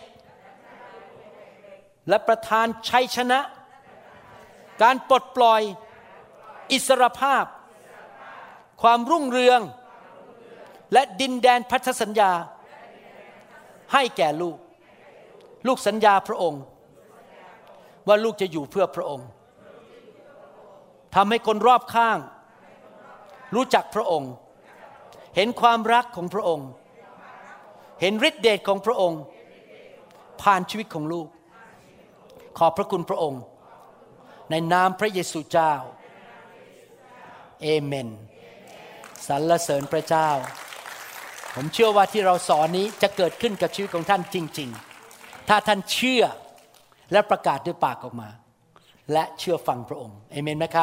Speaker 2: และประทานชัยชนะการปลดปล่อยอิสรภาพความรุ่งเรืองและดินแดนพันธสัญญาให้แก่ลูกลูกสัญญาพระองค์ว่าลูกจะอยู่เพื่อพระองค์ทำให้คนรอบข้างรู้จักพระองค์เห็นความรักของพระองค์เห็นฤทธิเดชของพระองค์ผ่านชีวิตของลูกขอบพระคุณพระองค์ในนามพระเยซูเจ้าเอเมนสรรเสริญพระเจ้าผมเชื่อว่าที่เราสอนนี้จะเกิดขึ้นกับชีวิตของท่านจริงๆถ้าท่านเชื่อและประกาศด้วยปากออกมาและเชื่อฟังพระองค์เอเมนไหมครับ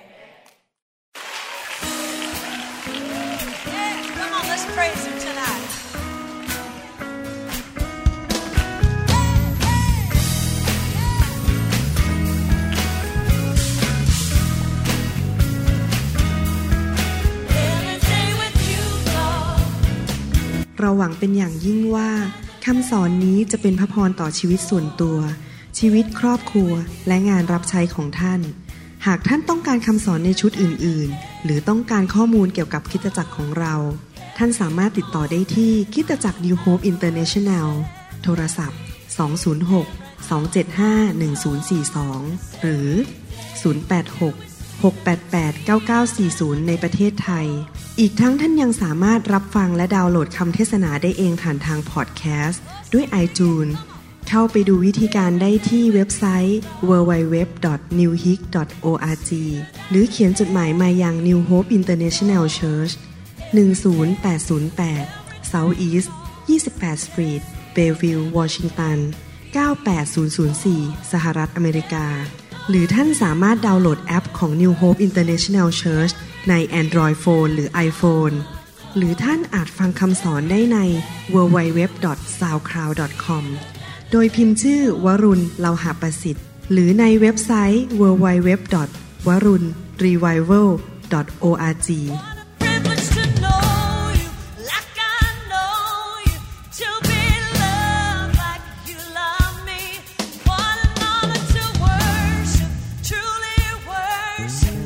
Speaker 3: Come on, let's praise him tonight.
Speaker 1: เราหวังเป็นอย่างยิ่งว่าคำสอนนี้จะเป็นพระพรต่อชีวิตส่วนตัวชีวิตครอบครัวและงานรับใช้ของท่านหากท่านต้องการคำสอนในชุดอื่นๆหรือต้องการข้อมูลเกี่ยวกับคริสตจักรของเราท่านสามารถติดต่อได้ที่คริสตจักร New Hope International โทรศัพท์206-275-1042หรือ086-688-9940ในประเทศไทยอีกทั้งท่านยังสามารถรับฟังและดาวน์โหลดคำเทศนาได้เองผ่านทางพอดแคสต์ด้วย iTunes เข้าไปดูวิธีการได้ที่เว็บไซต์ www.newhope.org หรือเขียนจดหมายมายัง New Hope International Church 10808 South East 28 Street Bellevue Washington 98004 สหรัฐอเมริกาหรือท่านสามารถดาวน์โหลดแอปของ New Hope International Church ใน Android Phone หรือ iPhone หรือท่านอาจฟังคำสอนได้ใน www.soundcloud.com โดยพิมพ์ชื่อวรุณเลาหะประสิทธิ์หรือในเว็บไซต์ www.warunrevival.org
Speaker 3: Like I know you to be loved by worship